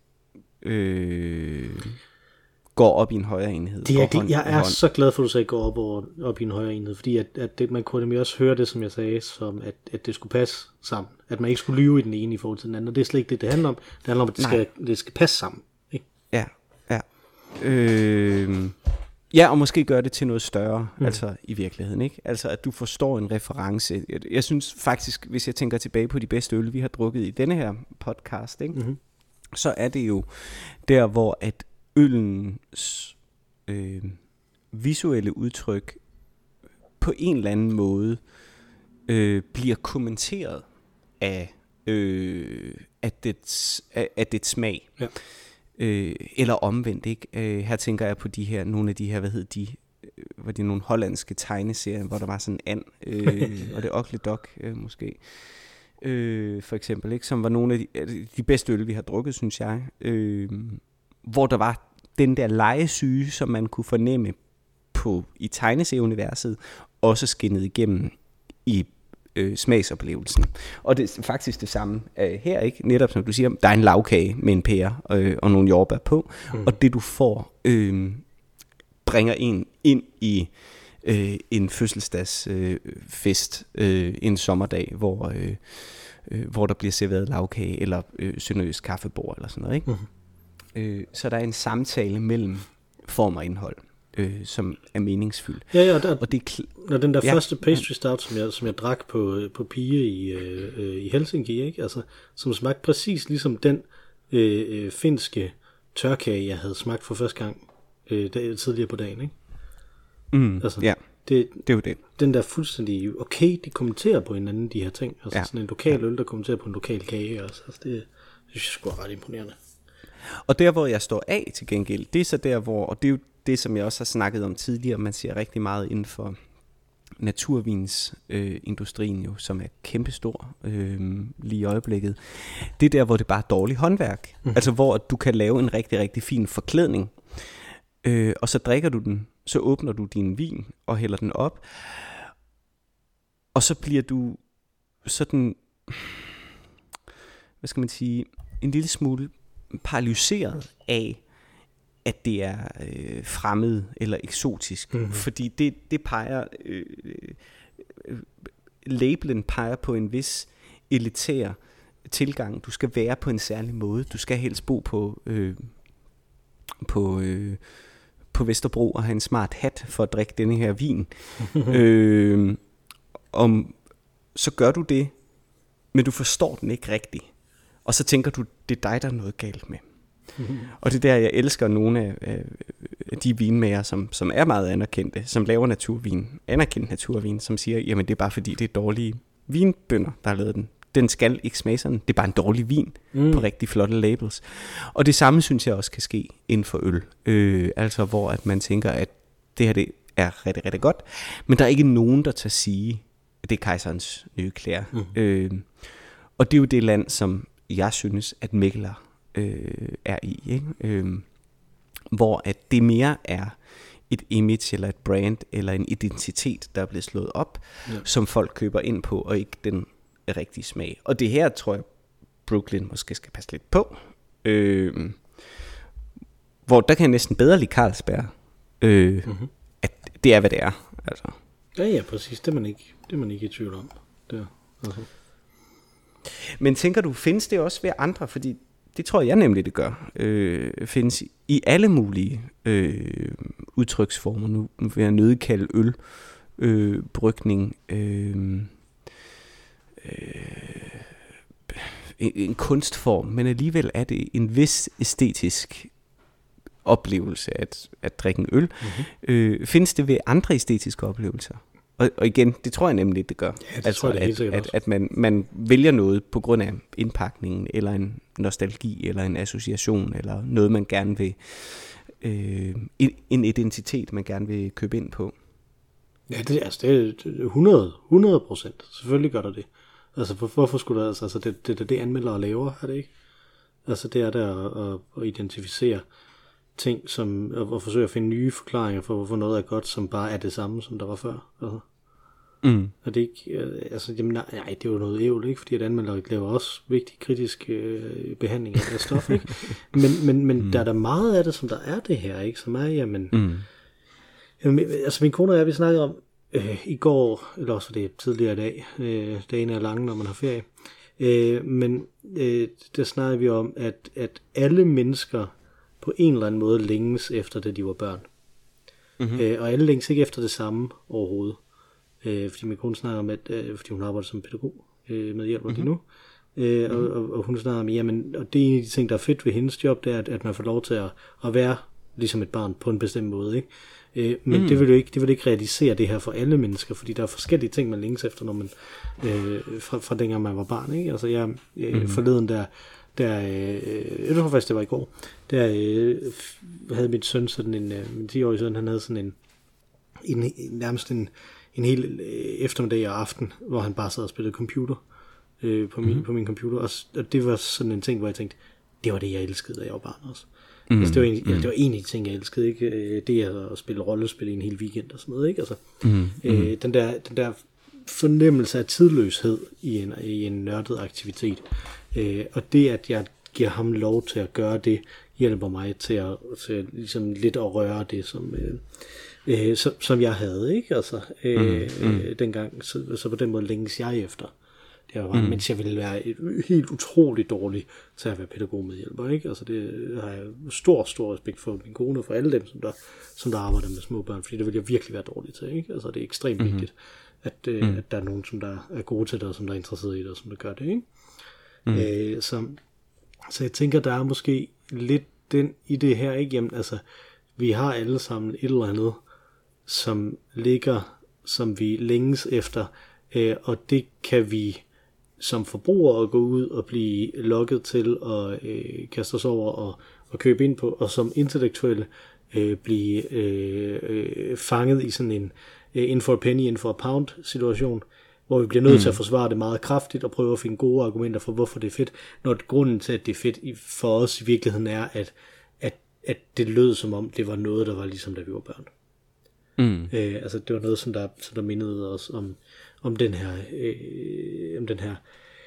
øh, går op i en højere enhed. Det er, det, jeg er så glad for, at du sagde, går op, over, op i en højere enhed, fordi at, at det, man kunne nemlig også høre det, som jeg sagde, som at, at det skulle passe sammen. At man ikke skulle lyve i den ene i forhold til den anden, og det er slet ikke det, det handler om. Det handler om, at det, skal, det skal passe sammen. Ikke? Ja, ja. Øh, ja, og måske gøre det til noget større, mm. altså i virkeligheden, ikke? Altså, at du forstår en reference. Jeg, jeg synes faktisk, hvis jeg tænker tilbage på de bedste øl, vi har drukket i denne her podcast, ikke? Mm-hmm. Så er det jo der, hvor at øllens øh, visuelle udtryk på en eller anden måde øh, bliver kommenteret af, øh, af, dets, af, af dets smag. Ja. Øh, eller omvendt, ikke? Øh, her tænker jeg på de her, nogle af de her, hvad hed de, øh, var det nogle hollandske tegneserier, hvor der var sådan en and, øh, og det Ugly Dog øh, måske, øh, for eksempel, ikke? Som var nogle af de, de bedste øl, vi har drukket, synes jeg, øh, hvor der var den der legesyge, som man kunne fornemme på i tegneserieuniverset, også skinnet igennem i øh, smagsoplevelsen. Og det er faktisk det samme øh, her, ikke? Netop som du siger, der er en lagkage med en pære øh, og nogle jordbær på, mm. og det du får øh, bringer en ind i øh, en fødselsdagsfest øh, øh, en sommerdag, hvor, øh, øh, hvor der bliver serveret lagkage eller øh, sønderjysk kaffebord eller sådan noget, ikke? Mm. Øh, så der er en samtale mellem form og indhold, øh, som er meningsfyldt. Ja, ja, der, og det er kl- når den der ja, første pastry stout, som jeg, som jeg drak på, på Pige i, øh, i Helsinki, ikke? Altså, som smagte præcis ligesom den øh, finske tørkage, jeg havde smagt for første gang øh, der, tidligere på dagen, ikke? Mm, altså, ja, det, det er jo det. Den der fuldstændig, okay, de kommenterer på hinanden, de her ting. Altså ja. Sådan en lokal øl, der kommenterer på en lokal kage. Altså, det, det synes jeg sgu er ret imponerende. Og der, hvor jeg står af til gengæld, det er så der, hvor, og det er jo det, som jeg også har snakket om tidligere, man ser rigtig meget inden for naturvinsindustrien øh, jo, som er kæmpestor øh, lige i øjeblikket. Det er der, hvor det bare er dårligt håndværk. Mm. Altså, hvor du kan lave en rigtig, rigtig fin forklædning, øh, og så drikker du den, så åbner du din vin og hælder den op, og så bliver du sådan, hvad skal man sige, en lille smule paralyseret af, at det er øh, fremmed eller eksotisk. Mm-hmm. Fordi det, det peger, øh, øh, labelen peger på en vis elitær tilgang. Du skal være på en særlig måde. Du skal helst bo på, øh, på, øh, på Vesterbro og have en smart hat for at drikke denne her vin. øh, om, så gør du det, men du forstår den ikke rigtigt. Og så tænker du, det er dig, der er noget galt med. Mm-hmm. Og det er der, jeg elsker nogle af, af de vinmager, som, som er meget anerkendte, som laver naturvin, anerkendt naturvin, som siger, jamen det er bare fordi, det er dårlige vinbønder, der har lavet den. Den skal ikke smage sådan. Det er bare en dårlig vin mm. på rigtig flotte labels. Og det samme synes jeg også kan ske inden for øl. Øh, altså hvor at man tænker, at det her det er rigtig, rigtig godt, men der er ikke nogen, der tager sige, at det er kejserens nye klæder. Mm. Øh, og det er jo det land, som jeg synes, at Mikkeller øh, er i, ikke? Øh, hvor at det mere er et image eller et brand eller en identitet, der er blevet slået op, ja. Som folk køber ind på, og ikke den rigtige smag. Og det her tror jeg, Brooklyn måske skal passe lidt på. Øh, hvor der kan jeg næsten bedre lide Carlsberg. Øh, mm-hmm. At det er, hvad det er. Altså. Ja, ja, præcis. Det er man ikke, det er man ikke i tvivl om. Det altså. Men tænker du, findes det også ved andre? Fordi det tror jeg nemlig, det gør. Øh, findes i alle mulige øh, udtryksformer. Nu, nu vil jeg nødkalde øl, øh, brygning, øh, øh, en, en kunstform, men alligevel er det en vis æstetisk oplevelse at, at drikke en øl. Mm-hmm. Øh, findes det ved andre æstetiske oplevelser? Og, og igen, det tror jeg nemlig, det gør. Ja, det altså, tror jeg, det at, at, at man, man vælger noget på grund af indpakningen, eller en nostalgi, eller en association, eller noget, man gerne vil, øh, en identitet, man gerne vil købe ind på. Ja, det, altså, det er hundrede procent. Selvfølgelig gør der det. Altså, for, hvorfor skulle der, altså, det, det, det, det anmelder laver, er det ikke? Altså, det er der at, at identificere ting, som, og forsøge at finde nye forklaringer for, hvorfor noget er godt, som bare er det samme, som der var før. Altså. Mm. Og det ikke, altså, jamen, nej, nej, det er jo noget ævl, ikke? Fordi at anmelder laver også vigtig kritisk øh, behandling af det stof, ikke? Men, men, men mm. der er der meget af det, som der er det her, ikke? Som er, jamen, mm. jamen altså min kone og jeg, vi snakkede om øh, i går, eller også det tidligere i dag, øh, dagen er lange, når man har ferie, øh, men øh, der snakkede vi om, at, at alle mennesker på en eller anden måde længes efter, da de var børn. Mm-hmm. Øh, og alle længes ikke efter det samme overhovedet. Øh, fordi min kone snakker om, at øh, fordi hun arbejder som pædagog øh, med hjælp mm-hmm. lige nu. Øh, mm-hmm. og, og, og hun snakker om, jamen, og det er en af de ting, der er fedt ved hendes job, det er, at, at man får lov til at, at være ligesom et barn på en bestemt måde, ikke? Øh, men mm. det vil jo ikke, det vil ikke realisere det her for alle mennesker, fordi der er forskellige ting, man længes efter, når man øh, fra, fra dengang man var barn, ikke? Altså jeg øh, mm. forleden der Der, øh, jeg tror faktisk, det var i går, der øh, havde min søn sådan en, øh, min ti-årige søn, han havde sådan en, en nærmest en, en hel øh, eftermiddag og aften, hvor han bare sad og spillede computer øh, på, min, mm-hmm. på min computer, og, og det var sådan en ting, hvor jeg tænkte, det var det, jeg elskede, da jeg var barn også. Mm-hmm. Altså, det, var en, ja, det var en af de ting, jeg elskede, ikke? Det at spille rollespil i en hel weekend og sådan noget, ikke? Altså, mm-hmm. øh, den der, den der fornemmelse af tidløshed i en, i en nørdet aktivitet. Øh, og det, at jeg giver ham lov til at gøre det, hjælper mig til at, til ligesom lidt at røre det, som, øh, øh, som, som jeg havde, ikke? Altså, øh, mm, mm. Øh, dengang, så, så på den måde længes jeg efter. Det var, mm. mens jeg ville være et, helt utroligt dårlig til at være pædagogmedhjælper, ikke? Altså, det har jeg stor, stor respekt for min kone og for alle dem, som der, som der arbejder med små børn, fordi det vil jeg virkelig være dårlig til, ikke? Altså, det er ekstremt mm. vigtigt, at, øh, mm. at der er nogen, som der er gode til det, og som der er interesseret i det, og som der gør det, ikke? Mm. Øh, så, så jeg tænker, der er måske lidt den i det her, ikke? Jamen, altså, vi har alle sammen et eller andet, som ligger, som vi længes efter, øh, og det kan vi som forbrugere gå ud og blive lokket til at øh, kaste os over og, og købe ind på, og som intellektuelle øh, blive øh, øh, fanget i sådan en øh, in for a penny, in for a pound situation, hvor vi bliver nødt mm. til at forsvare det meget kraftigt og prøve at finde gode argumenter for, hvorfor det er fedt, når grunden til, at det er fedt for os i virkeligheden er, at, at, at det lød som om, det var noget, der var ligesom da vi var børn. Mm. Øh, altså det var noget, som der, som der mindede os om, om den her, øh, om den her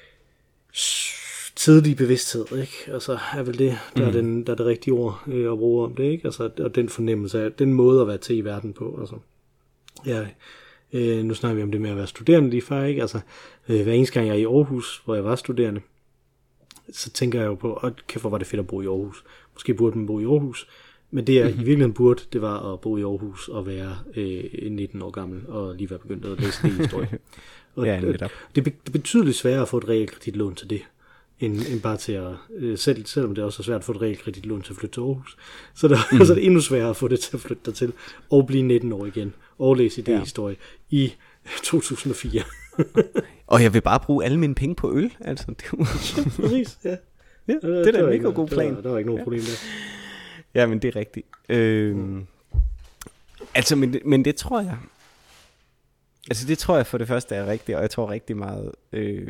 tidlige bevidsthed, ikke? Altså er vel det, der, mm. er, den, der er det rigtige ord øh, at bruge om det, ikke? Altså, og den fornemmelse af, den måde at være til i verden på, altså. Ja, øh, nu snakker vi om det med at være studerende lige før, ikke? Altså, øh, hver eneste gang jeg er i Aarhus, hvor jeg var studerende, så tænker jeg jo på, åh, kæft, hvor var det fedt at bo i Aarhus. Måske burde man bo i Aarhus, men det jeg mm-hmm. i virkeligheden burde, det var at bo i Aarhus og være øh, nitten år gammel, og lige være begyndt at læse det historie. Og ja, det, det er betydeligt sværere at få et realkreditlån til det, end, end bare til at, øh, selv, selvom det også er svært at få et realkreditlån til at flytte til Aarhus, så det, mm. så er det endnu sværere at få det til at flytte dertil, og blive nitten år igen, og læse idéhistorie ja. i to tusind og fire. Og jeg vil bare bruge alle mine penge på øl, altså. Det er ja, præcis, ja. Ja, det er da en mega god plan. Der var, der var ikke nogen ja. problem der. Ja, men det er rigtigt. Øhm, mm. Altså, men, men det tror jeg, altså det tror jeg for det første er rigtigt, og jeg tror rigtig meget, øh,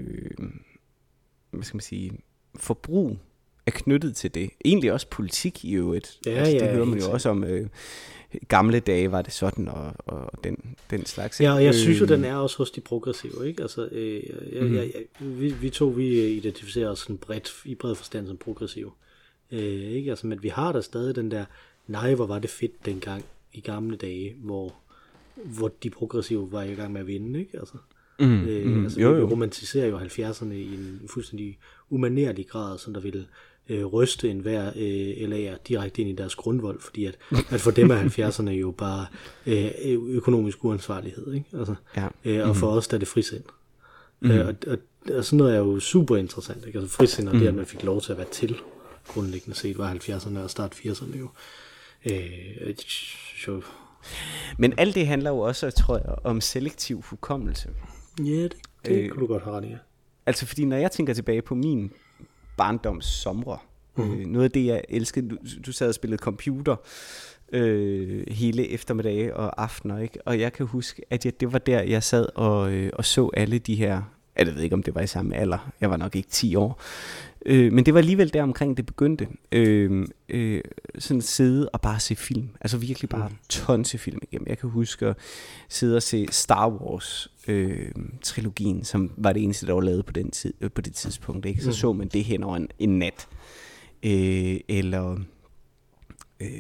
hvad skal man sige, forbrug er knyttet til det. Egentlig også politik i øvrigt. Ja, altså, det ja, hører man jo også om, øh, gamle dage var det sådan, og, og den, den slags. Ja, og jeg synes jo, den er også hos de progressive, ikke? Altså, øh, jeg, mm. jeg, jeg, vi, vi to, vi identificerer os sådan bredt, i bred forstand som progressive. Øh, ikke? Altså, men vi har da stadig den der, nej, hvor var det fedt dengang i gamle dage, hvor, hvor de progressive var i gang med at vinde, ikke? Altså, mm, øh, mm, altså jo, jo. Vi romantiserer jo halvfjerdserne i en fuldstændig umanerlig grad, som der ville øh, ryste enhver øh, L A'er direkte ind i deres grundvold, fordi at, at for dem er halvfjerdserne jo bare øh, økonomisk uansvarlighed, ikke? Altså, ja. øh, og for mm. os der er det frisind. Mm. Øh, og, og, og sådan noget er jo super interessant, ikke? Altså frisind og mm. det, at man fik lov til at være til, grundlæggende set, var halvfjerdserne og start firserne jo. Øh, så. Men alt det handler jo også, tror jeg, om selektiv hukommelse. Ja, det, det øh, kunne du godt have ret i. Altså, fordi når jeg tænker tilbage på min barndoms somre, mm. øh, noget af det, jeg elskede, du, du sad og spillede computer øh, hele eftermiddage og aftener, ikke? Og jeg kan huske, at jeg, det var der, jeg sad og, øh, og så alle de her, jeg ved ikke, om det var i samme alder, jeg var nok ikke ti år, Øh, men det var alligevel der omkring det begyndte, øh, øh, sådan sidde og bare se film, altså virkelig bare tonse film igennem. Jeg kan huske at sidde og se Star Wars øh, trilogien, som var det eneste, der var lavet på, den tid, øh, på det tidspunkt, ikke? Så mm. så man det hen over en, en nat, øh, eller øh,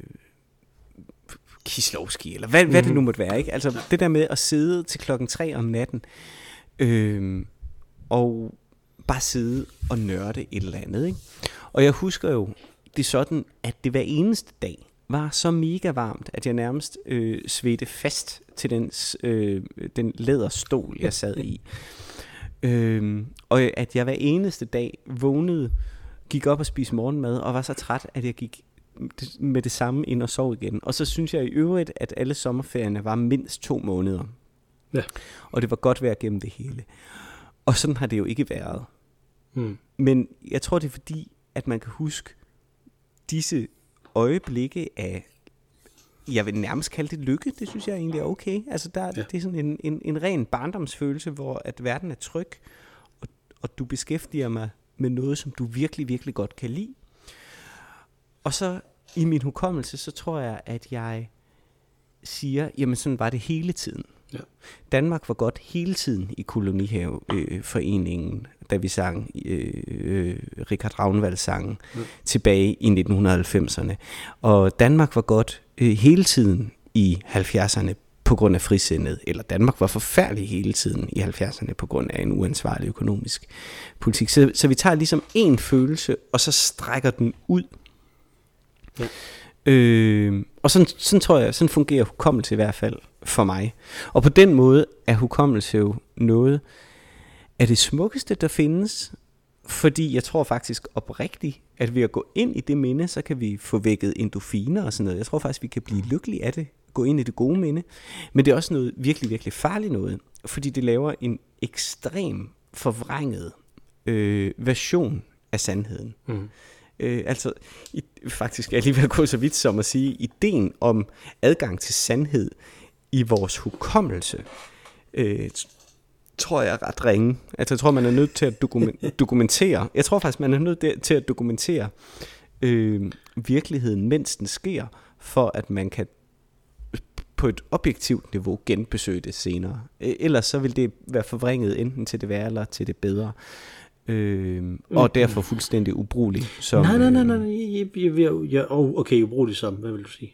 Kieslowski, eller hvad, mm. hvad det nu måtte være, ikke? Altså det der med at sidde til klokken tre om natten, øh, og bare sidde og nørde et eller andet, ikke? Og jeg husker jo, det er sådan, at det hver eneste dag var så mega varmt, at jeg nærmest øh, svedte fast til den, øh, den læderstol, jeg sad i. øh, og at jeg hver eneste dag vågnede, gik op og spiste morgenmad, og var så træt, at jeg gik med det samme ind og sov igen. Og så synes jeg i øvrigt, at alle sommerferierne var mindst to måneder. Ja. Og det var godt vejr gennem det hele. Og sådan har det jo ikke været. Hmm. Men jeg tror, det er fordi, at man kan huske disse øjeblikke af, jeg vil nærmest kalde det lykke, det synes jeg egentlig er okay. Altså der, ja. Det er sådan en, en, en ren barndomsfølelse, hvor at verden er tryg, og, og du beskæftiger mig med noget, som du virkelig, virkelig godt kan lide. Og så i min hukommelse, så tror jeg, at jeg siger, jamen sådan var det hele tiden. Ja. Danmark var godt hele tiden i kolonihaveforeningen, øh, da vi sang øh, øh, Richard Ragnvalds sangen mm. tilbage i nitten halvfemserne. Og Danmark var godt øh, hele tiden i halvfjerdserne på grund af frisindet, eller Danmark var forfærdelig hele tiden i halvfjerdserne på grund af en uansvarlig økonomisk politik. Så, så vi tager ligesom en følelse, og så strækker den ud. Ja. Øh, og sådan, sådan tror jeg, sådan fungerer hukommelse i hvert fald for mig. Og på den måde er hukommelse jo noget af det smukkeste, der findes, fordi jeg tror faktisk oprigtigt, at ved at gå ind i det minde, så kan vi få vækket endorfiner og sådan noget. Jeg tror faktisk, vi kan blive lykkelige af det, gå ind i det gode minde. Men det er også noget virkelig, virkelig farligt noget, fordi det laver en ekstrem forvrænget øh, version af sandheden. Mm. Øh, altså, i, faktisk er jeg lige ved at gå så vidt som at sige, ideen om adgang til sandhed i vores hukommelse, øh, tror jeg er ret ringe. Altså, jeg tror, man er nødt til at dokumen- dokumentere. Jeg tror faktisk, man er nødt til at dokumentere øh, virkeligheden, mens den sker, for at man kan på et objektivt niveau genbesøge det senere. Ellers så vil det være forvrænget enten til det værre eller til det bedre. Øh, og mm. derfor fuldstændig ubrugelig som... Nej, nej, nej, nej, jeg, jeg, jeg, jeg, okay, ubrugelig som, hvad vil du sige?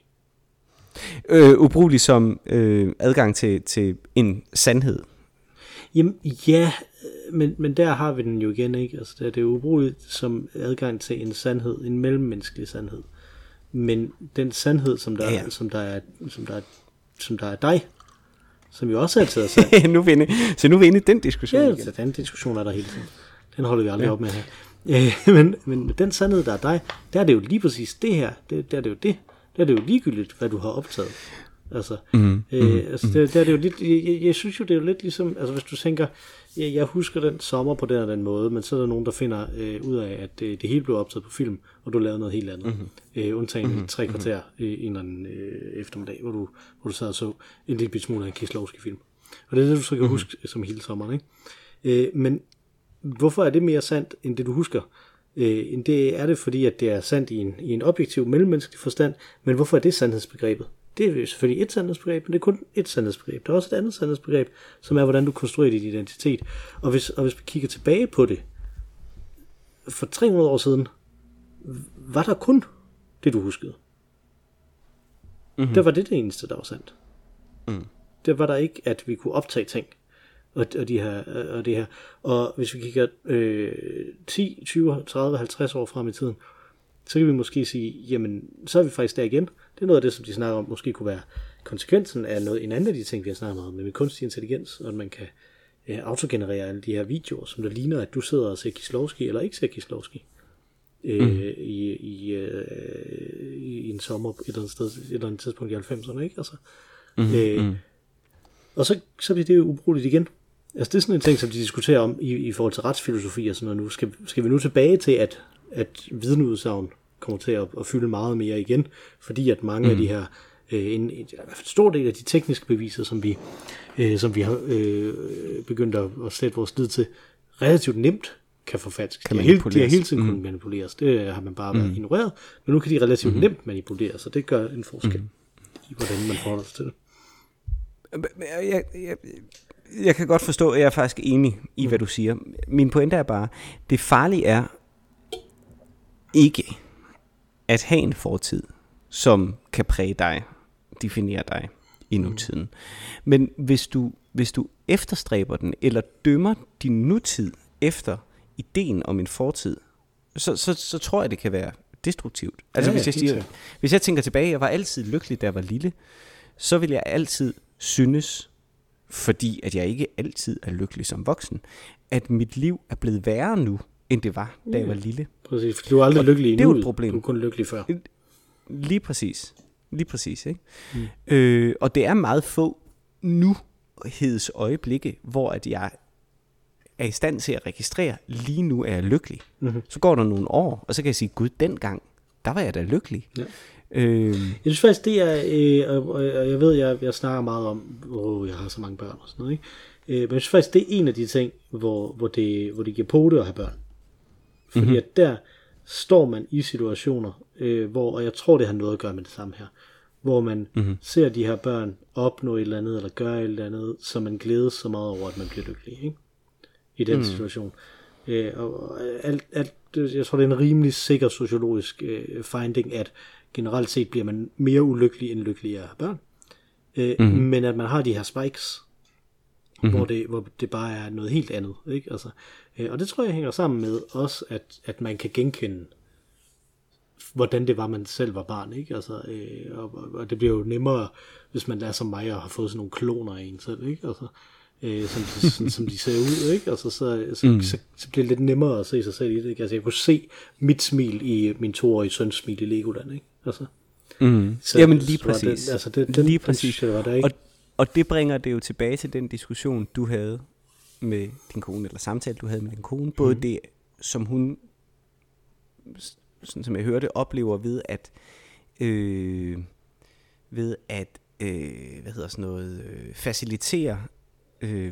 Øh, ubrugelig som øh, adgang til, til en sandhed. Jamen, ja, men, men der har vi den jo igen, ikke? Altså, det er jo ubrugeligt som adgang til en sandhed, en mellemmenneskelig sandhed. Men den sandhed, som der, ja, ja. Som der, er, som der, er, som der er dig, som jo også altid er sand. nu er vi inde, så nu er vi inde i den diskussion. Ja, altså, den diskussion er der hele tiden. Den holder vi aldrig ja. op med her. men, men den sandhed, der er dig, der er det jo lige præcis det her. Det, der er det jo det. Der er det jo ligegyldigt, hvad du har optaget. Altså, mm, øh, mm, altså der, der er det jo lidt, jeg, jeg synes jo, det er jo lidt ligesom, altså hvis du tænker, jeg, jeg husker den sommer på den og den måde, men så er der nogen, der finder øh, ud af, at det, det hele blev optaget på film, og du lavede noget helt andet. Mm-hmm. Øh, undtagen mm-hmm. tre kvarter mm-hmm. i en eller anden øh, eftermiddag, hvor du, hvor du sad og så en lille bit smule af en Kieslowski-film. Og det er det, du så kan mm-hmm. huske som hele sommeren, ikke? Øh, men hvorfor er det mere sandt, end det du husker? Øh, det er det, fordi at det er sandt i en, i en objektiv mellemmenneskelig forstand, men hvorfor er det sandhedsbegrebet? Det er jo selvfølgelig et sandhedsbegreb, men det er kun et sandhedsbegreb. Der er også et andet sandhedsbegreb, som er, hvordan du konstruerer din identitet. Og hvis, og hvis vi kigger tilbage på det, for tre hundrede år siden, var der kun det, du huskede. Mm-hmm. Der var det det eneste, der var sandt. Mm. Der var der ikke, at vi kunne optage ting, og, og, de her, og det her. Og hvis vi kigger øh, ti, tyve, tredive, halvtreds år frem i tiden, så kan vi måske sige, jamen, så er vi faktisk der igen. Det er noget af det, som de snakker om, måske kunne være konsekvensen af noget, en anden af de ting, vi har snakket om, med kunstig intelligens, og at man kan øh, autogenerere alle de her videoer, som der ligner, at du sidder og ser Kieslowski, eller ikke ser Kieslowski, øh, mm. i, i, øh, i en sommer et eller andet sted, et eller andet tidspunkt i halvfemserne, ikke? Altså, mm. Øh, mm. Og så, så bliver det jo ubrugeligt igen. Altså, det er sådan en ting, som de diskuterer om i, i forhold til retsfilosofi og sådan noget nu. Skal, skal vi nu tilbage til, at at vidneudsagn kommer til at, at fylde meget mere igen, fordi at mange mm. af de her, øh, en, en, i hvert fald en stor del af de tekniske beviser, som vi, øh, som vi har øh, begyndt at, at sætte vores lid til, relativt nemt kan forfalskes. De, de har hele tiden mm. kunnet manipuleres. Det har man bare været mm. ignoreret, men nu kan de relativt mm. nemt manipuleres, så det gør en forskel mm. i, hvordan man forholder sig til det. Jeg, jeg, jeg kan godt forstå, at jeg er faktisk enig i, hvad du siger. Min pointe er bare, det farlige er ikke at have en fortid, som kan præge dig, definere dig i nutiden. Mm. Men hvis du, hvis du efterstræber den, eller dømmer din nutid efter ideen om en fortid, så, så, så tror jeg, det kan være destruktivt. Altså ja, hvis, jeg siger, hvis jeg tænker tilbage, jeg var altid lykkelig, da jeg var lille, så vil jeg altid synes, fordi at jeg ikke altid er lykkelig som voksen, at mit liv er blevet værre nu, end det var, da jeg var lille. Præcis, for du er aldrig og lykkelig i det er jo et problem. Du er kun lykkelig før. Lige præcis. Lige præcis, ikke? Mm. Øh, og det er meget få nuheds øjeblikke, hvor at jeg er i stand til at registrere, lige nu er jeg lykkelig. Mm-hmm. Så går der nogle år, og så kan jeg sige, gud, dengang, der var jeg da lykkelig. Ja. Øh, jeg synes faktisk, det er, øh, og jeg ved, jeg, jeg snakker meget om, hvor jeg har så mange børn og sådan noget, ikke? Øh, men jeg synes faktisk, det er en af de ting, hvor, hvor, det, hvor det giver på det at have børn. Fordi mm-hmm. at der står man i situationer, øh, hvor, og jeg tror, det har noget at gøre med det samme her, hvor man mm-hmm. ser de her børn opnå et eller andet, eller gøre et eller andet, så man glædes så meget over, at man bliver lykkelig, ikke? I den mm. situation. Øh, og alt, alt, jeg tror, det er en rimelig sikker sociologisk øh, finding, at generelt set bliver man mere ulykkelig end lykkelig af at have børn. Øh, mm. Men at man har de her spikes, mm-hmm. hvor, det, hvor det bare er noget helt andet, ikke? Altså, øh, og det tror jeg hænger sammen med også, at, at man kan genkende, hvordan det var, man selv var barn, ikke? Altså, øh, og, og det bliver jo nemmere, hvis man er som mig og har fået sådan nogle kloner af en selv, ikke? Altså, øh, som, de, sådan, som de ser ud, ikke? Altså, så, så, mm. så, så bliver det lidt nemmere at se sig selv i det, ikke? Altså, jeg kunne se mit smil i min toårige søns smil i Legoland, ikke? Altså, mm. så, Jamen lige så præcis. Det, altså, det, den, lige præcis. Den, var der, ikke? Og, og det bringer det jo tilbage til den diskussion, du havde med din kone, eller samtale, du havde med din kone, både mm. det, som hun, sådan som jeg hørte, oplever ved at, øh, ved at, øh, hvad hedder sådan noget, øh, facilitere øh,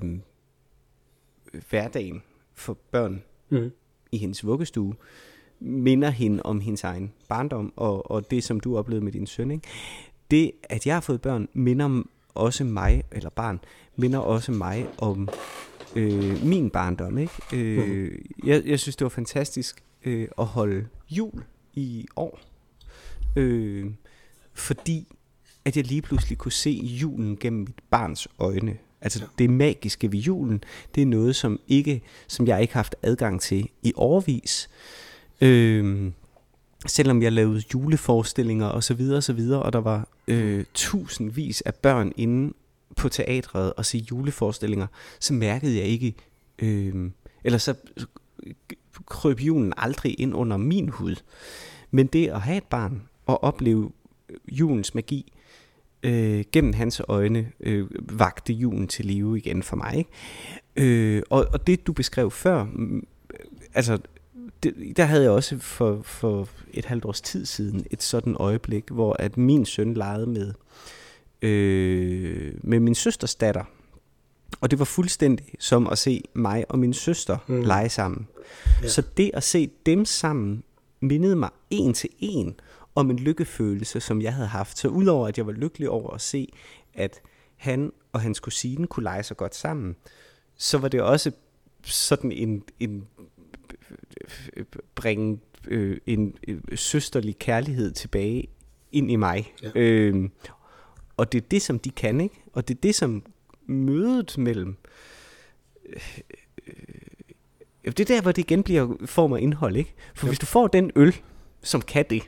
hverdagen for børn mm. i hendes vuggestue, minder hende om hendes egen barndom, og, og det, som du oplevede med din søn, ikke? Det, at jeg har fået børn, minder også mig, eller barn, minder også mig om øh, min barndom, ikke? Øh, mm. jeg, jeg synes, det var fantastisk øh, at holde jul i år, øh, fordi at jeg lige pludselig kunne se julen gennem mit barns øjne. Altså ja. Det magiske ved julen, det er noget, som, ikke, som jeg ikke har haft adgang til i årevis. Øh, selvom jeg lavede juleforestillinger og så videre og så videre, og der var øh, tusindvis af børn inde på teatret og se juleforestillinger, så mærkede jeg ikke, øh, eller så krøb julen aldrig ind under min hud. Men det at have et barn og opleve julens magi øh, gennem hans øjne, øh, vagte julen til live igen for mig, ikke? Øh, og, og det du beskrev før, øh, altså det, der havde jeg også for, for et halvt års tid siden et sådan øjeblik, hvor at min søn legede med øh, med min søsters datter. Og det var fuldstændig som at se mig og min søster mm. lege sammen. Ja. Så det at se dem sammen mindede mig en til en om en lykkefølelse, som jeg havde haft. Så udover at jeg var lykkelig over at se, at han og hans kusine kunne lege så godt sammen, så var det også sådan en, en bringe øh, en øh, søsterlig kærlighed tilbage ind i mig. Ja. Øh, og det er det, som de kan, ikke? Og det er det, som mødet mellem øh, øh, det er der, hvor det igen bliver form af indhold, ikke? For ja. Hvis du får den øl, som kan det,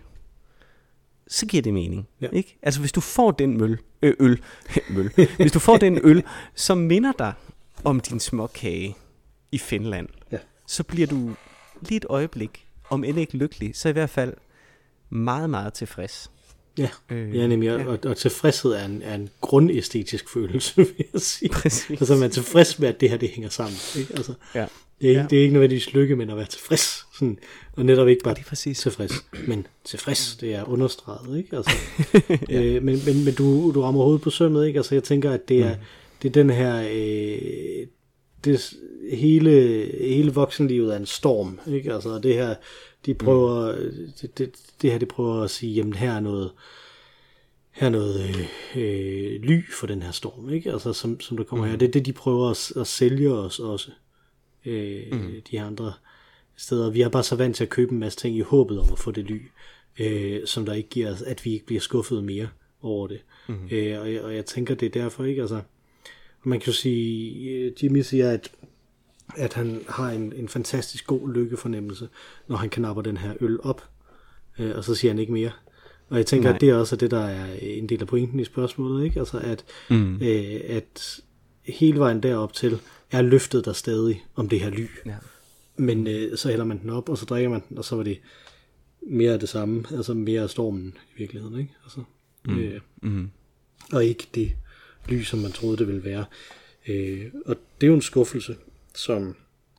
så giver det mening, ja. Ikke? Altså hvis du får den møl, øh, øl, møl, hvis du får den øl, som minder dig om din småkage i Finland, ja. Så bliver du lige et øjeblik, om end ikke lykkelig, så i hvert fald meget, meget tilfreds. Ja, øh, ja nemlig, ja. Og, og tilfredshed er en, er en grundæstetisk følelse, vil jeg sige. Præcis. Altså man er tilfreds med, at det her det hænger sammen. Ikke? Altså, ja. det, er ikke, ja. det er ikke nødvendigvis lykke, men at være tilfreds. Sådan, og netop ikke bare ja, tilfreds, men tilfreds, det er understreget. Ikke? Altså, ja. øh, men men, men du, du rammer hovedet på sømmet, ikke? Altså jeg tænker, at det er, mm. det er den her... Øh, det, hele, hele voksenlivet er en storm, ikke? Altså det her, de prøver, mm. det, det, det her, de prøver at sige, jamen her er noget, her er noget øh, øh, ly for den her storm, ikke? Altså som, som der kommer mm. her, det er det, de prøver at, at sælge os også, øh, mm. de andre steder. Vi er bare så vant til at købe en masse ting i håbet om at få det ly, øh, som der ikke giver os, at vi ikke bliver skuffet mere over det. Mm. Øh, og, jeg, og jeg tænker, det er derfor, ikke? Altså, man kan jo sige, Jimmy siger, at, at han har en, en fantastisk god lykkefornemmelse, når han knapper den her øl op, øh, og så siger han ikke mere. Og jeg tænker, Nej. At det er også det, der er en del af pointen i spørgsmålet, ikke? Altså, at, mm. øh, at hele vejen derop til er løftet der stadig om det her ly. Ja. Men øh, så hælder man den op, og så drikker man den, og så var det mere af det samme, altså mere af stormen i virkeligheden, ikke? Altså, mm. Øh, mm. Og ikke det lys, som man troede, det ville være. Øh, og det er jo en skuffelse, som,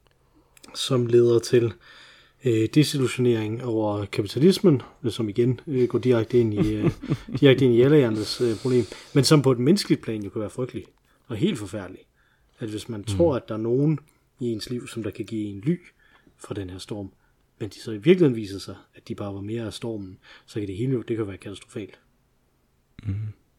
som leder til øh, desillusionering over kapitalismen, som igen øh, går direkte ind i, øh, direkte ind i Ellerhjernes øh, problem, men som på et menneskeligt plan jo kan være frygtelig og helt forfærdelig. At hvis man mm. tror, at der er nogen i ens liv, som der kan give en ly fra den her storm, men de så i virkeligheden viser sig, at de bare var mere af stormen, så kan det hele det kan være katastrofalt. Mm.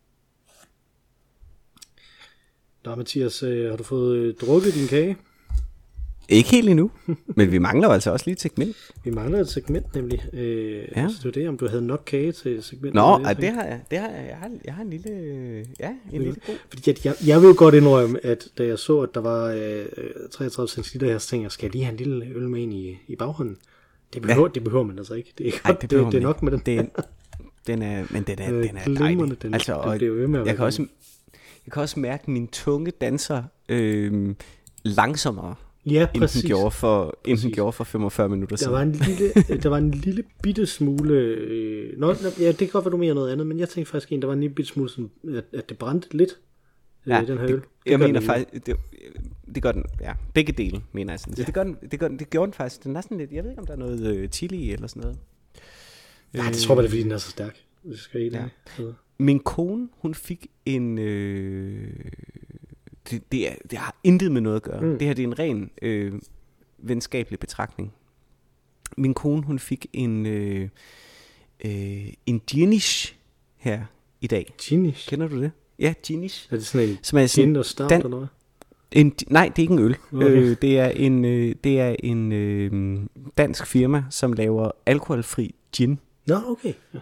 Nå, Mathias, øh, har du fået øh, drukket din kage? Ikke helt endnu, men vi mangler jo altså også lige et segment. Vi mangler et segment nemlig. Øh, Ja. Så det var det, om du havde nok kage til segmentet. Nå, jeg ej, det tænkte. har jeg. Det har jeg. Jeg har, jeg har en lille, ja, en lille god. Fordi jeg, jeg, jeg vil jo godt indrømme, at da jeg så, at der var øh, treogtredive centiliter her, så tænkte jeg, skal jeg lige have en lille øl med ind i, i baghånden? Det behøver, ja. det behøver man altså ikke. Det er, Ej, godt, det det, behøver det er man nok med den. Det er, den er, men den er, Øh, den er glimrende, dejlig. den- altså, den og bliver ved med at jeg være kan også, jeg kan også mærke, at min tunge danser øh, langsommere, Ja, end præcis. den gjorde for, end den Præcis. gjorde for femogfyrre minutter Der siden. var en lille, der var en lille bitte smule... Øh, nå, ja, det kan godt være, du mener noget andet, men jeg tænkte faktisk en, der var en lille bitte smule, sådan, at, at det brændte lidt, Ja, øh, den her det, øl. Det jeg gør mener den faktisk, det, det gør den, ja, begge dele, mener jeg sådan. Så Ja. det, gør den, det, gør den, det gjorde den faktisk. Den er sådan lidt, jeg ved ikke, om der er noget øh, chili i eller sådan noget. Nej, det tror jeg bare, det er, fordi den er så stærk. Det skal jeg Ja. ja. Min kone, hun fik en... Øh, det, det, er, det har intet med noget at gøre. Mm. Mm. Det her det er en ren øh, venskabelig betragtning. Min kone, hun fik en, øh, øh, en Ginish her i dag. Ginish. Kender du det? Ja, Ginish. Er det sådan en Som er sådan gin og stout dan- eller noget? en, nej, det er ikke en øl. Okay. Øh, det er en, øh, det er en øh, dansk firma, som laver alkoholfri gin. Nå, okay. Ja.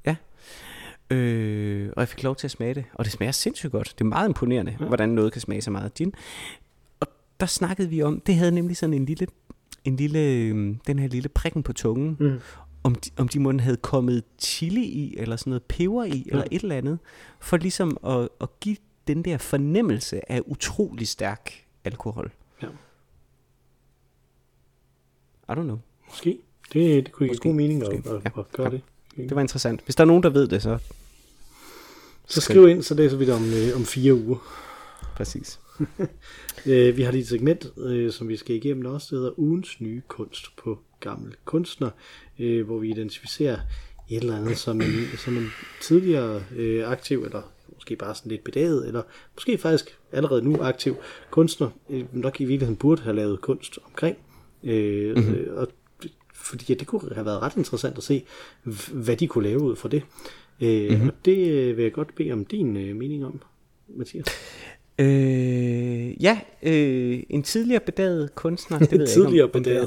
Øh, og jeg fik lov til at smage det, og det smager sindssygt godt. Det er meget imponerende, Ja. ja. hvordan noget kan smage så meget af gin. Og der snakkede vi om, det havde nemlig sådan en lille, en lille øh, den her lille prikken på tungen, Mm. om de, om de måtte havde kommet chili i, eller sådan noget peber i, eller et eller andet, for ligesom at, at give den der fornemmelse af utrolig stærk alkohol. Ja. I don't know. Måske. Det, det kunne give Måske. god mening at, Måske. at, at, at gøre Ja. det. Det var interessant. Hvis der er nogen, der ved det, så Så skriv ind, så læser vi det om, øh, om fire uger. præcis. Øh, vi har lige et segment, øh, som vi skal igennem også, det hedder Ugens nye kunst på gammel kunstner, øh, hvor vi identificerer et eller andet som en, som en tidligere øh, aktiv, eller måske bare sådan lidt bedaget, eller måske faktisk allerede nu aktiv kunstner, øh, nok i virkeligheden burde have lavet kunst omkring. Øh, mm-hmm. øh, og fordi ja, det kunne have været ret interessant at se, hvad de kunne lave ud fra det. Øh, mm-hmm. Og det øh, vil jeg godt bede om din øh, mening om, Mathias. Øh, ja, øh, en tidligere bedaget kunstner. Det ved jeg Tidligere ikke, om, bedaget.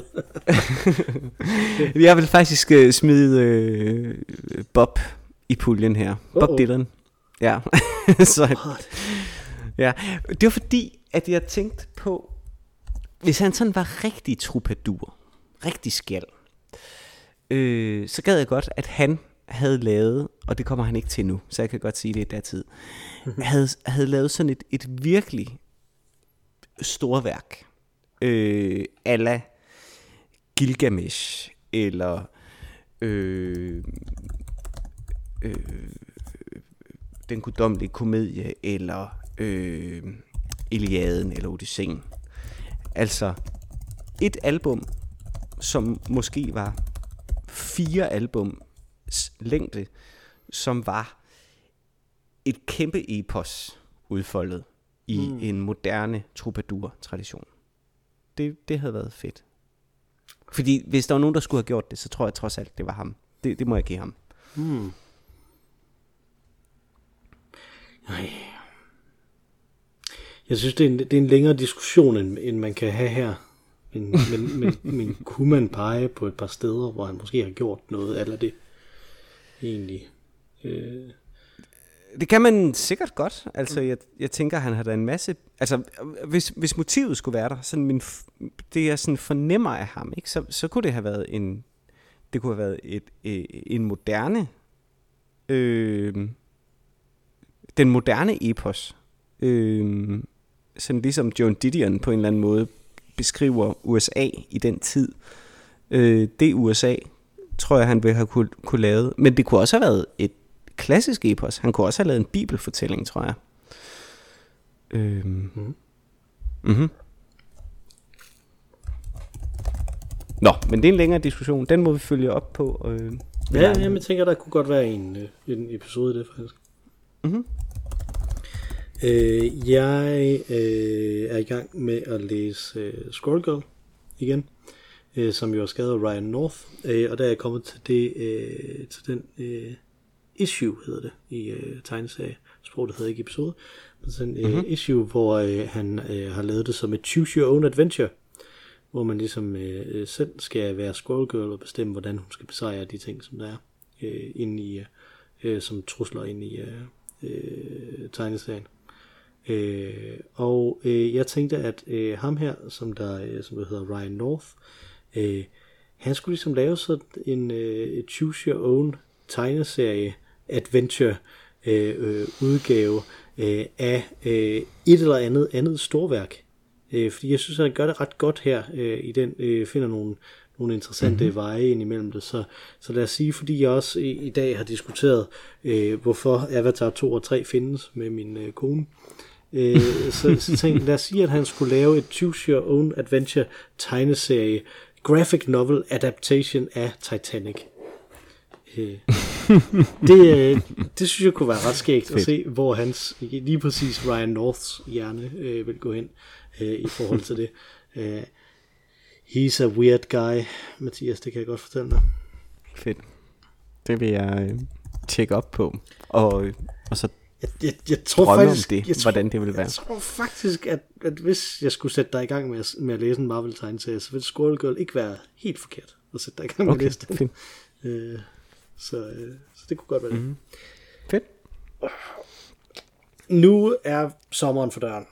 om jeg vil faktisk øh, smide øh, Bob i puljen her. Uh-oh. Bob Dylan. Ja. Så, ja. Det var fordi, at jeg tænkte på, hvis han sådan var rigtig troubadour, rigtig skald, øh, så gad jeg godt, at han havde lavet, og det kommer han ikke til nu, så jeg kan godt sige det i dertid, havde, havde lavet sådan et, et virkelig storværk, øh, a la Gilgamesh, eller øh, øh, Den guddommelige komedie, eller øh, Iliaden, eller Odysseen. Altså et album, som måske var fire albums længde, som var et kæmpe epos udfoldet i mm. en moderne troubadour-tradition. Det, det havde været fedt. Fordi hvis der var nogen, der skulle have gjort det, så tror jeg trods alt, det var ham. Det, det må jeg give ham. Hmm. Nej. Jeg synes, det er en, det er en længere diskussion, end, end man kan have her. Men, men, men, men kunne man pege på et par steder, hvor han måske har gjort noget, eller det egentlig? Øh. Det kan man sikkert godt. Altså, jeg, jeg tænker, han har da en masse... Altså, hvis, hvis motivet skulle være der, sådan min, det jeg sådan fornemmer af ham, ikke, så, så kunne det have været en... Det kunne have været et, et, en moderne... Øh, den moderne epos. Øh, sådan ligesom Joan Didion på en eller anden måde beskriver U S A i den tid. Øh, det U S A, tror jeg, han ville have kunne, kunne lave. Men det kunne også have været et klassisk epos. Han kunne også have lavet en bibelfortælling, tror jeg. Øhm. Mm. Mm-hmm. Nå, men det er en længere diskussion. Den må vi følge op på. Øh, Ja, jamen, jeg tænker, der kunne godt være en, en episode i det, faktisk. Mm-hmm. Øh, jeg øh, er i gang med at læse øh, Squirrel Girl igen, øh, som jo er skrevet af Ryan North, øh, og der er jeg kommet til, det, øh, til den øh, issue, hedder det i øh, tegneseriesprog, det hedder ikke episode, men sådan en mm-hmm. øh, issue, hvor øh, han øh, har lavet det som et choose your own adventure, hvor man ligesom øh, selv skal være Squirrel Girl og bestemme, hvordan hun skal besejre de ting, som der er øh, inde i, øh, som trusler ind i øh, øh, tegneserien. Øh, og øh, jeg tænkte, at øh, ham her, som der, øh, som der hedder Ryan North, øh, han skulle ligesom lave sådan en øh, choose your own tegneserie adventure øh, øh, udgave øh, af øh, et eller andet andet storværk. Øh, fordi jeg synes, at han gør det ret godt her øh, i den, øh, finder nogle, nogle interessante mm-hmm. veje ind imellem det. Så, så lad os sige, fordi jeg også i, i dag har diskuteret, øh, hvorfor Avatar to og tre findes med min øh, kone. Øh, så, så tænkte, lad os sige, at han skulle lave et Choose Your Own Adventure tegneserie, graphic novel adaptation af Titanic. Øh, det, øh, det synes jeg kunne være ret skægt at se, hvor hans, lige præcis Ryan Norths hjerne øh, vil gå hen øh, i forhold til det. Øh, he's a weird guy, Mathias, det kan jeg godt fortælle dig. Fedt. Det vil jeg øh, tjekke op på, og, og så Jeg, jeg, jeg tror faktisk, det, jeg tror, hvordan det ville være. Jeg tror faktisk, at, at hvis jeg skulle sætte dig i gang med at, med at læse en Marvel-tegneserie, så ville Squirrel Girl ikke være helt forkert at sætte dig i gang med okay, at læse den. Fint. Øh, så, øh, så det kunne godt være det. Mm-hmm. Fedt. Nu er sommeren for døren.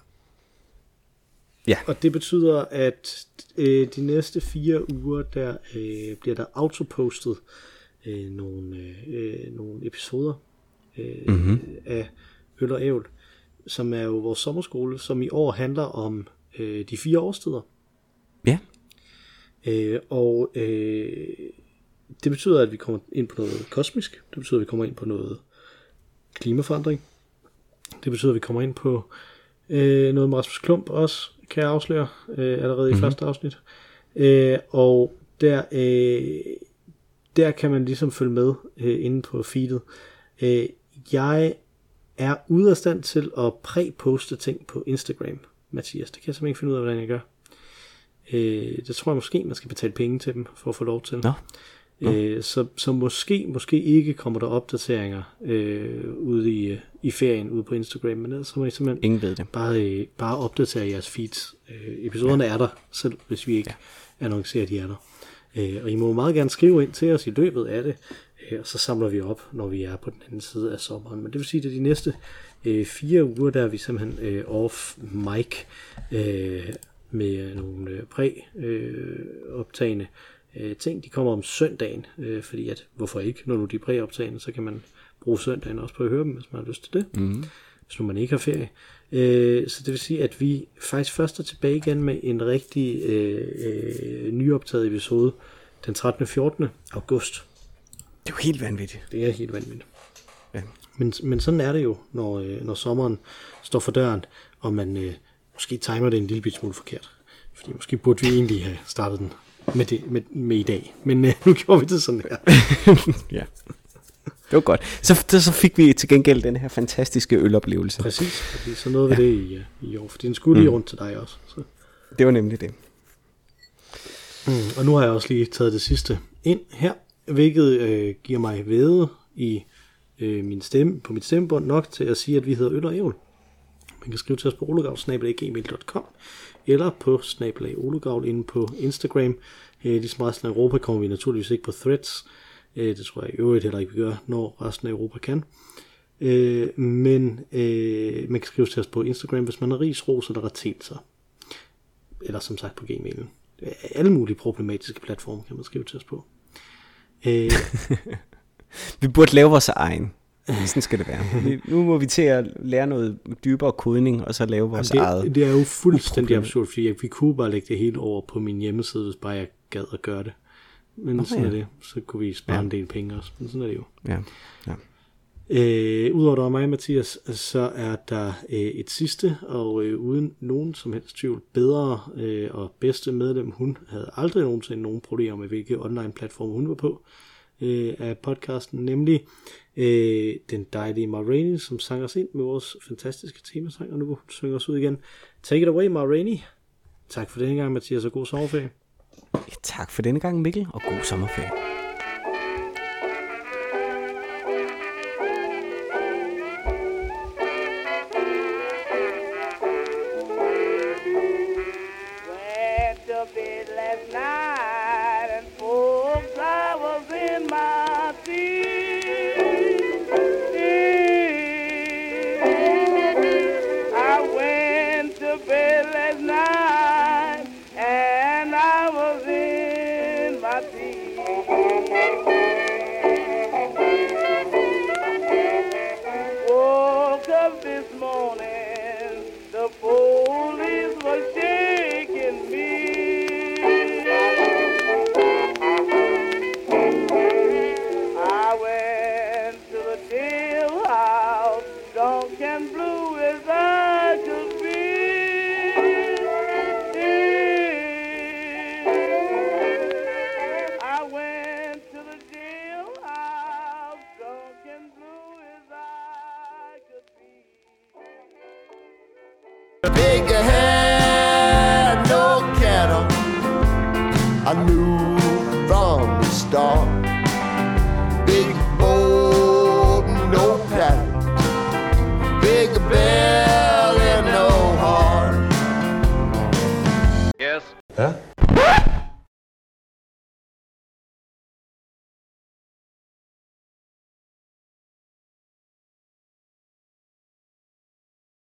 Ja. Og det betyder, at øh, de næste fire uger, der øh, bliver der autopostet øh, nogle, øh, nogle episoder øh, mm-hmm. af Øl og Ævl, som er jo vores sommerskole, som i år handler om øh, de fire årstider. Ja. Øh, og øh, det betyder, at vi kommer ind på noget kosmisk. Det betyder, at vi kommer ind på noget klimaforandring. Det betyder, at vi kommer ind på øh, noget med Rasmus Klump også, kan jeg afsløre, øh, allerede mm-hmm. i første afsnit. Øh, og der, øh, der kan man ligesom følge med øh, inde på feedet. Øh, jeg er ude af stand til at præ-poste ting på Instagram, Mathias. Det kan jeg simpelthen ikke finde ud af, hvordan jeg gør. Øh, det tror jeg måske, man skal betale penge til dem, for at få lov til. Nå. Nå. Øh, så, så måske, måske ikke kommer der opdateringer øh, ude i, i ferien, ude på Instagram, men ellers så må I simpelthen Ingen ved det. Bare, øh, bare opdatere jeres feeds. Øh, episoderne ja. er der, selv hvis vi ikke ja. annoncerer, at de er der. Øh, og I må meget gerne skrive ind til os i løbet af det, øh, og så samler vi op, når vi er på den anden side af sommeren. Men det vil sige, at de næste øh, fire uger, der er vi simpelthen øh, off mic øh, med nogle øh, præ-optagende øh, ting. De kommer om søndagen, øh, fordi at, hvorfor ikke, når nu de er præoptagende, så kan man bruge søndagen også på at høre dem, hvis man har lyst til det, mm. hvis nu man ikke har ferie. Øh, så det vil sige, at vi faktisk først er tilbage igen med en rigtig øh, øh, nyoptaget episode den trettende og fjortende august. Det er jo helt vanvittigt. Det er helt vanvittigt. Ja. Men, men sådan er det jo, når, øh, når sommeren står for døren, og man øh, måske timer det en lille bit smule forkert. Fordi måske burde vi egentlig have startet den med, det, med, med i dag. Men øh, nu gjorde vi det sådan her. Ja. Det var godt. Så, så fik vi til gengæld den her fantastiske øloplevelse. Præcis, fordi så nåede vi ja. det i, i år. For den skulle lige mm. rundt til dig også. Så. Det var nemlig det. Mm, og nu har jeg også lige taget det sidste ind her, hvilket øh, giver mig væde i øh, min stemme, på mit stemmebånd nok til at sige, at vi hedder Øl og Ævl. Man kan skrive til os på olegavl snabel-a gmail punktum com eller på snabel-a olegavl inde på Instagram. Øh, ligesom resten af Europa kommer vi naturligvis ikke på Threads. Øh, det tror jeg i øvrigt heller ikke vi gør, når resten af Europa kan. Øh, men øh, man kan skrive til os på Instagram, hvis man har ris, ros eller retelser. Eller som sagt på Gmailen. Alle mulige problematiske platforme kan man skrive til os på. Øh, vi burde lave vores egen. Sådan skal det være. Nu må vi til at lære noget dybere kodning, og så lave vores det, eget. Det er jo fuldstændig absurd, fordi vi kunne bare lægge det hele over på min hjemmeside, hvis bare jeg gad at gøre det. Men okay, sådan er det. Så kunne vi spare ja. en del penge også. Men sådan er det jo. Ja. Ja. Øh, Udover der mig, Mathias, så er der øh, et sidste, og øh, uden nogen som helst tvivl, bedre øh, og bedste medlem. Hun havde aldrig nogensinde nogen problemer med, hvilke online platform hun var på øh, af podcasten, nemlig øh, den dejlige Ma Rainey, som sang os ind med vores fantastiske temasang, og nu synger os ud igen. Take it away, Ma Rainey. Tak for denne gang, Mathias, og god sommerferie. Ja, tak for denne gang, Mikkel, og god sommerferie. dog. Big bold, no paddle. Big belly, no heart. Yes. Ja?